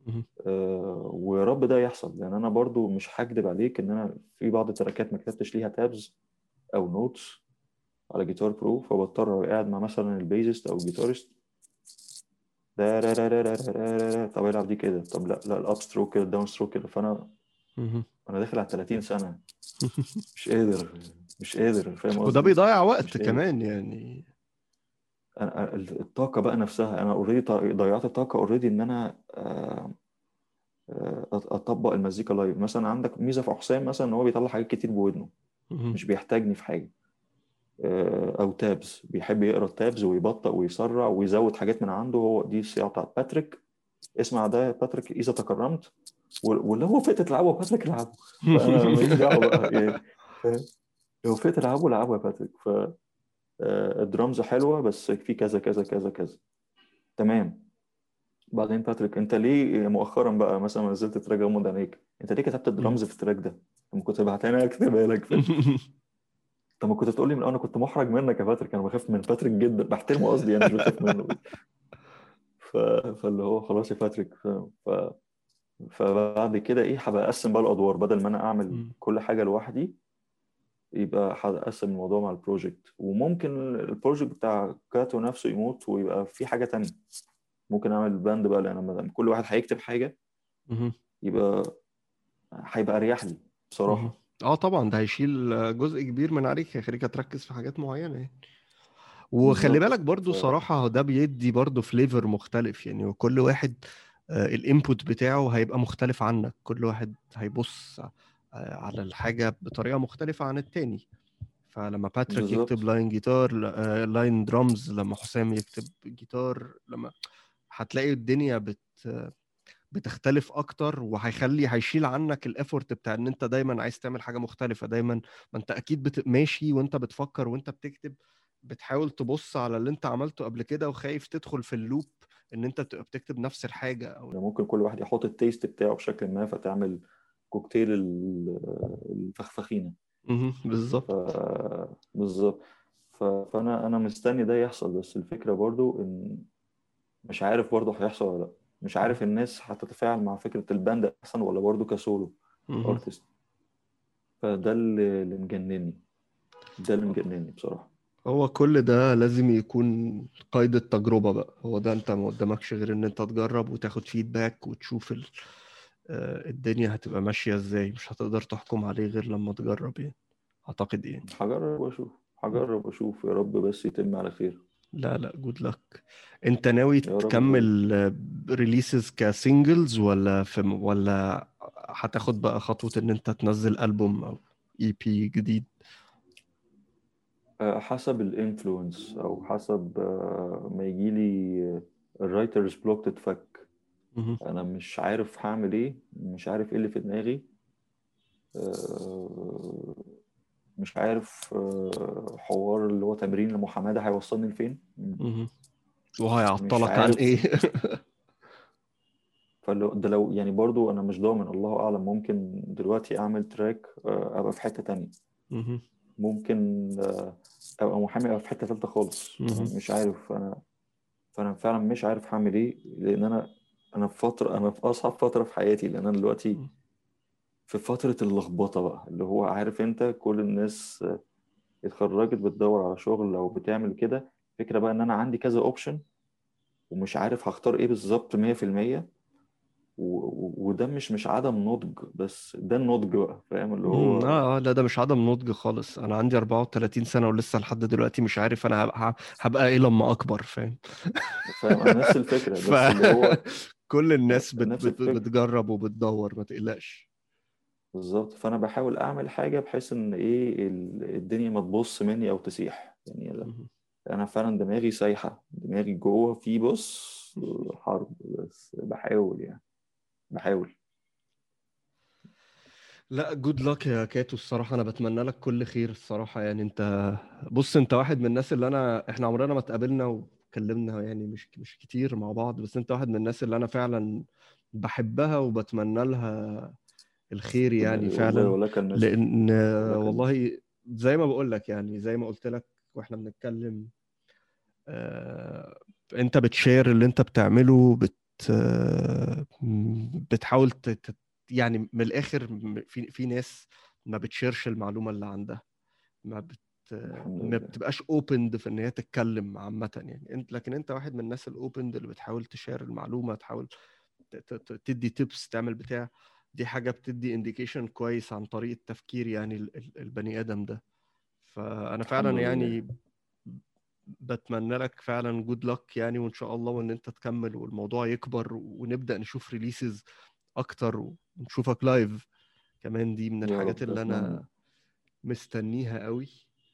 مهم. آه، ويا رب ده يحصل، لان انا برضو مش هكدب عليك ان انا في بعض التراكات ما كتبتش ليها تابز او نوتس على جيتار برو، فبضطر أبقى قاعد مع مثلا البيزست او الجيتارست دا را را را را را را را. طب العب دي كده، طب لا لا الاب ستروك كده، الداون ستروك كده، فانا مهم. انا داخل على ثلاثين سنه، مش قادر مش قادر فاهم وده قصدي؟ بيضيع وقت مش قادر. كمان يعني. أنا الطاقه بقى نفسها، انا اوريدي ضيعت الطاقه اوريدي ان انا آه، آه، اطبق المزيكا لايف. مثلا عندك ميزه في حسام مثلا ان هو بيطلع حاجات كتير بودنه، مهم. مش بيحتاجني في حاجه. آه، او تابز، بيحب يقرا التابز ويبطأ ويسرع ويزود حاجات من عنده. هو دي الصياعه بتاعت باتريك، اسمع ده يا باتريك اذا تكرمت، واللي هو فئة تلعبه يا باتريك العبه، فانا ماليش دعوه بقى يعني. فاهم؟ لو فئة تلعبه العبه يا باتريك. ف آه، الدرامز حلوه بس في كذا كذا كذا كذا، تمام. بعدين باتريك انت ليه مؤخرا بقى مثلا ما نزلت تراك غمض عينيك، انت ليه كتبت الدرامز في التراك ده؟ لما كنت بعتها لي اكتبها لك. فاهم؟ طب ما كنت تقول لي من الاول، انا كنت محرج منك يا باتريك، انا بخاف من باتريك جدا، بحترمه قصدي يعني، مش بخاف منه. ف... فاللي هو خلاص يا باتريك. ف... ف... فبعد كده ايه، هبقى اقسم بقى الادوار، بدل ما انا اعمل مم. كل حاجه لوحدي، يبقى هقسم الموضوع مع البروجكت. وممكن البروجكت بتاع كاتو نفسه يموت ويبقى في حاجه تانية، ممكن اعمل باند بقى، لان لما كل واحد هيكتب حاجه مهم. يبقى هيبقى اريح لي مهم. بصراحه. اه طبعا ده هيشيل جزء كبير من عليك، هيخليك تركز في حاجات معينة يعني. وخلي بالك بالظبط. برضو ف... صراحة ده بيدي برضو فليفر مختلف يعني، وكل واحد الانبوت بتاعه هيبقى مختلف عنك، كل واحد هيبص آه، على الحاجة بطريقة مختلفة عن التاني. فلما باتريك يكتب بالظبط. لاين جيتار، ل- آه، لاين درامز، لما حسام يكتب جيتار، لما هتلاقي الدنيا بت بتختلف اكتر، وهيخلي هيشيل عنك الافورت بتاع ان انت دايما عايز تعمل حاجة مختلفة دايما. ما انت اكيد بت... ماشي وانت بتفكر وانت بتكتب، بتحاول تبص على اللي انت عملته قبل كده، وخايف تدخل في اللوب ان انت تبقى بتكتب نفس الحاجة او. ممكن كل واحد يحط التيست بتاعه بشكل ما، فتعمل كوكتيل ال- الفخفخينه. مهم. ف... بالظبط. بالظبط. ف... فانا انا مستني ده يحصل، بس الفكره برضو ان مش عارف برضو هيحصل ولا لا. مش عارف الناس هتتفاعل مع فكره الباند احسن ولا برضو كسولو مهم. ارتست. فده اللي اللي مجنني، ده اللي مجنني بصراحه. هو كل ده لازم يكون قيد التجربة بقى، هو ده انت ما قدامكش غير ان انت تجرب وتاخد فيدباك وتشوف ال... آه، الدنيا هتبقى ماشية ازاي، مش هتقدر تحكم عليه غير لما تجرب يعني، اعتقد يعني. هجرب واشوف، هجرب واشوف، يا رب بس يتم على خير. لا لا، جود لك. انت ناوي يا رب باذن. تكمل ريليسز كسينجلز ولا في ولا هتاخد بقى خطوة ان انت تنزل ألبوم او اي بي جديد؟ آه، حسب الانفلونس او حسب آه، ما يجي لي الرايترز بلوك تتفك. مهم. انا مش عارف هعمل ايه، مش عارف ايه اللي في دماغي. آه، مش عارف آه، حوار اللي هو تمرين المحاماة هيوصلني لفين. مهم. مش وهيعطلك عن عارف. ايه؟ فلو ده لو يعني برضو انا مش ضامن، الله اعلم، ممكن دلوقتي اعمل تراك آه، ابقى في حتة تانية. مهم. ممكن آه، ابقى محامي ابقى في حتة ثالثة خالص. انا مهم. مش عارف. انا فانا فعلا مش عارف هعمل ايه، لان انا انا في فترة، انا في اصعب فترة في حياتي، لان انا دلوقتي في فترة اللخبطة بقى، اللي هو عارف انت كل الناس آه، اتخرجت بتدور على شغل او بتعمل كده. فكرة بقى ان انا عندي كذا اوبشن ومش عارف هختار ايه بالظبط مية في المية. و- و- وده مش مش عدم نضج، بس ده النضج بقى، فاهم اللي امم هو. اه آه، لا ده مش عدم نضج خالص، انا عندي أربعة وثلاثين سنة ولسه لحد دلوقتي مش عارف انا هبقى هبقى ايه لما اكبر، فاهم؟ فاهم، انا نفس الفكرة ف بس اللي هو كل الناس بت... نفس بت... الفكرة. بتجرب وبتدور، ما تقلقش. بالظبط. فانا بحاول اعمل حاجة بحيث ان ايه ال- الدنيا ما تبص مني او تسيح يعني. لا، مهم. انا فعلا دماغي سايحة، دماغي جوه في بص حرب، بس بحاول يعني، بحاول. لا جود لك يا كاتو، الصراحة أنا بتمنى لك كل خير الصراحة يعني. أنت بص، أنت واحد من الناس اللي أنا، إحنا عمرنا ما اتقابلنا واتكلمنا يعني، مش مش كتير مع بعض، بس أنت واحد من الناس اللي أنا فعلا بحبها وبتمنى لها الخير يعني والله فعلا. ولك المثل. لان آه، ولك المثل. والله زي ما بقول لك يعني، زي ما قلت لك واحنا بنتكلم، آه، انت بتشير اللي انت بتعمله، بتحاول تت... يعني من الاخر في في ناس ما بتشيرش المعلومه اللي عندها، ما بت ما بتبقاش اوبند في ان هي تتكلم عامه يعني. انت لكن انت واحد من الناس الاوبند اللي بتحاول تشير المعلومه، تحاول تدي تيبس، تعمل بتاع. دي حاجه بتدي انديكيشن كويس عن طريقه تفكير يعني البني ادم ده. فانا فعلا يعني بتمنى لك فعلا جود لك يعني، وان شاء الله وان انت تكمل والموضوع يكبر ونبدا نشوف ريليسز اكتر ونشوفك لايف كمان. دي من الحاجات اللي انا مستنيها قوي.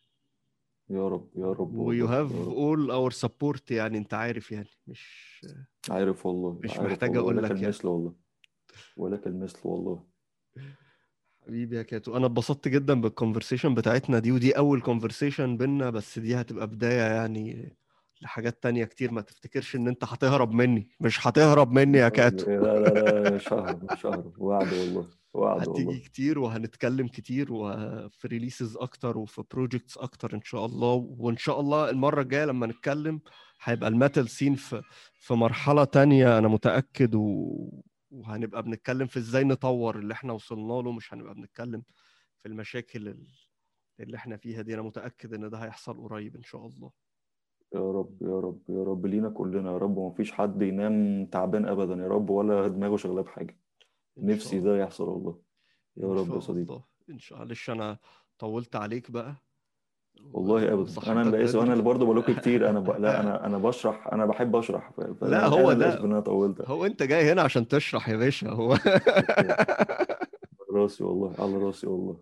يا رب يا رب و you have all our support يعني. انت عارف يعني، مش عارف والله، مش عارف محتاج والله. اقول ولك لك يعني. المثل والله، ولك المثل والله. حبيبي يا كاتو، انا اتبسطت جدا بالكونفرسيشن بتاعتنا دي، ودي اول كونفرسيشن بينا، بس دي هتبقى بداية يعني لحاجات تانية كتير. ما تفتكرش ان انت هتهرب مني، مش هتهرب مني يا كاتو. لا لا لا مش ههرب، مش ههرب، وعد والله، وعد هتيجي والله. كتير وهنتكلم كتير، وفي ريليسز اكتر وفي بروجكتس اكتر ان شاء الله. وان شاء الله المرة الجاية لما نتكلم هيبقى الميتال سين في في مرحلة تانية انا متأكد، و... وهنبقى بنتكلم في ازاي نطور اللي احنا وصلنا له. مش هنبقى بنتكلم في المشاكل اللي احنا فيها دي. انا متأكد ان ده هيحصل قريب ان شاء الله. يا رب يا رب يا رب، لينا كلنا يا رب. ومفيش حد ينام تعبان ابدا يا رب، ولا دماغه شغاله بحاجه. نفسي ده يحصل والله. يا إن رب يا شاء صديقي. الله. ان شاء الله. معلش انا طولت عليك بقى والله ابدا، انا وصحتك اللي اسف، انا بدري. اللي برضه بقولك كتير. انا ب... لا انا انا بشرح، انا بحب اشرح. ف... لا فانا هو انا اللي اسف ده، ان انا طولت. هو انت جاي هنا عشان تشرح يا باشا. هو على راسي والله، على راسي والله.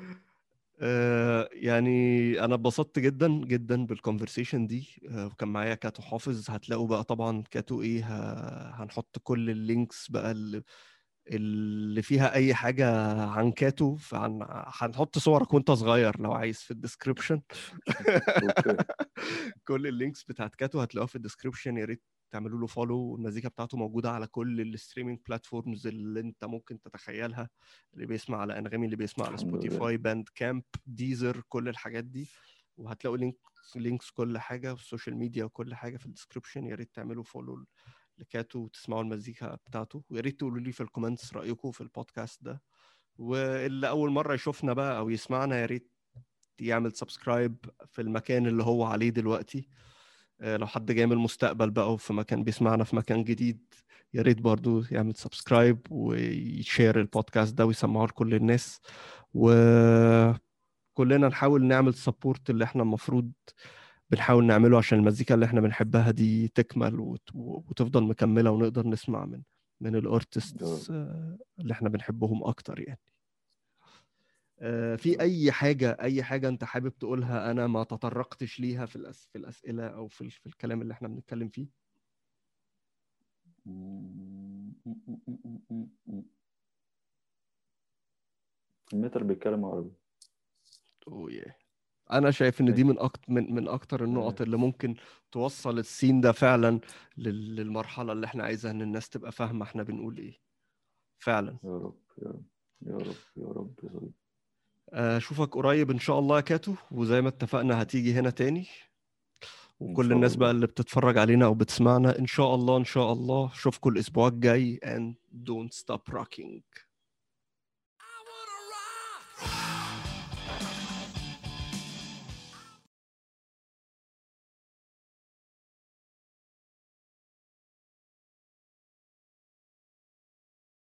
آه، يعني انا اتبسطت جدا جدا بالكونفرسيشن دي. آه، وكان معايا كاتو حافظ. هتلاقوا بقى طبعا كاتو ايه، ه- هنحط كل اللينكس بقى اللي اللي فيها اي حاجه عن كاتو. فعن هنحط صورك وانت صغير لو عايز في الديسكريبشن. اوكي. كل اللينكس بتاعت كاتو هتلاقوها في الديسكريبشن. يا ريت تعملوا له فولو. المزيكا بتاعته موجوده على كل الستريمينج بلاتفورمز اللي انت ممكن تتخيلها. اللي بيسمع على انغامي، اللي بيسمع على الحمد لله. سبوتيفاي، باند كامب، ديزر، كل الحاجات دي. وهتلاقوا لينك لينكس كل حاجه، والسوشيال ميديا وكل حاجه في الديسكريبشن. يا ريت تعملوا فولو لكاتو وتسمعوا المزيكا بتاعته. ويا ريت تقولوا لي في الكومنتس رايكم في البودكاست ده. واللي اول مره يشوفنا بقى او يسمعنا، يا ريت يعمل سبسكرايب في المكان اللي هو عليه دلوقتي. لو حد جاي من المستقبل بقى وفي مكان بيسمعنا في مكان جديد، يا ريت برضو يعمل سبسكرايب ويشير البودكاست ده ويسمعه لكل الناس. وكلنا نحاول نعمل سبورت اللي احنا المفروض بنحاول نعمله عشان المزيكا اللي احنا بنحبها دي تكمل وت... وتفضل مكملة، ونقدر نسمع من من الارتستس اللي احنا بنحبهم اكتر يعني. في اي حاجه اي حاجه انت حابب تقولها انا ما تطرقتش ليها في الأس... في الاسئله او في في الكلام اللي احنا بنتكلم فيه؟ المتر بيتكلم عربي. اوه ياه. انا شايف ان دي من اكتر من من اكتر النقط اللي ممكن توصل السين ده فعلا لل... للمرحله اللي احنا عايزها، ان الناس تبقى فاهمه احنا بنقول ايه فعلا. يا رب يا رب يا رب يا رب يا صديقي. اشوفك قريب ان شاء الله يا كاتو، وزي ما اتفقنا هتيجي هنا تاني. ان وكل شاء الناس بقى الله. اللي بتتفرج علينا او بتسمعنا، ان شاء الله ان شاء الله اشوفكم الاسبوع الجاي. and don't stop rocking.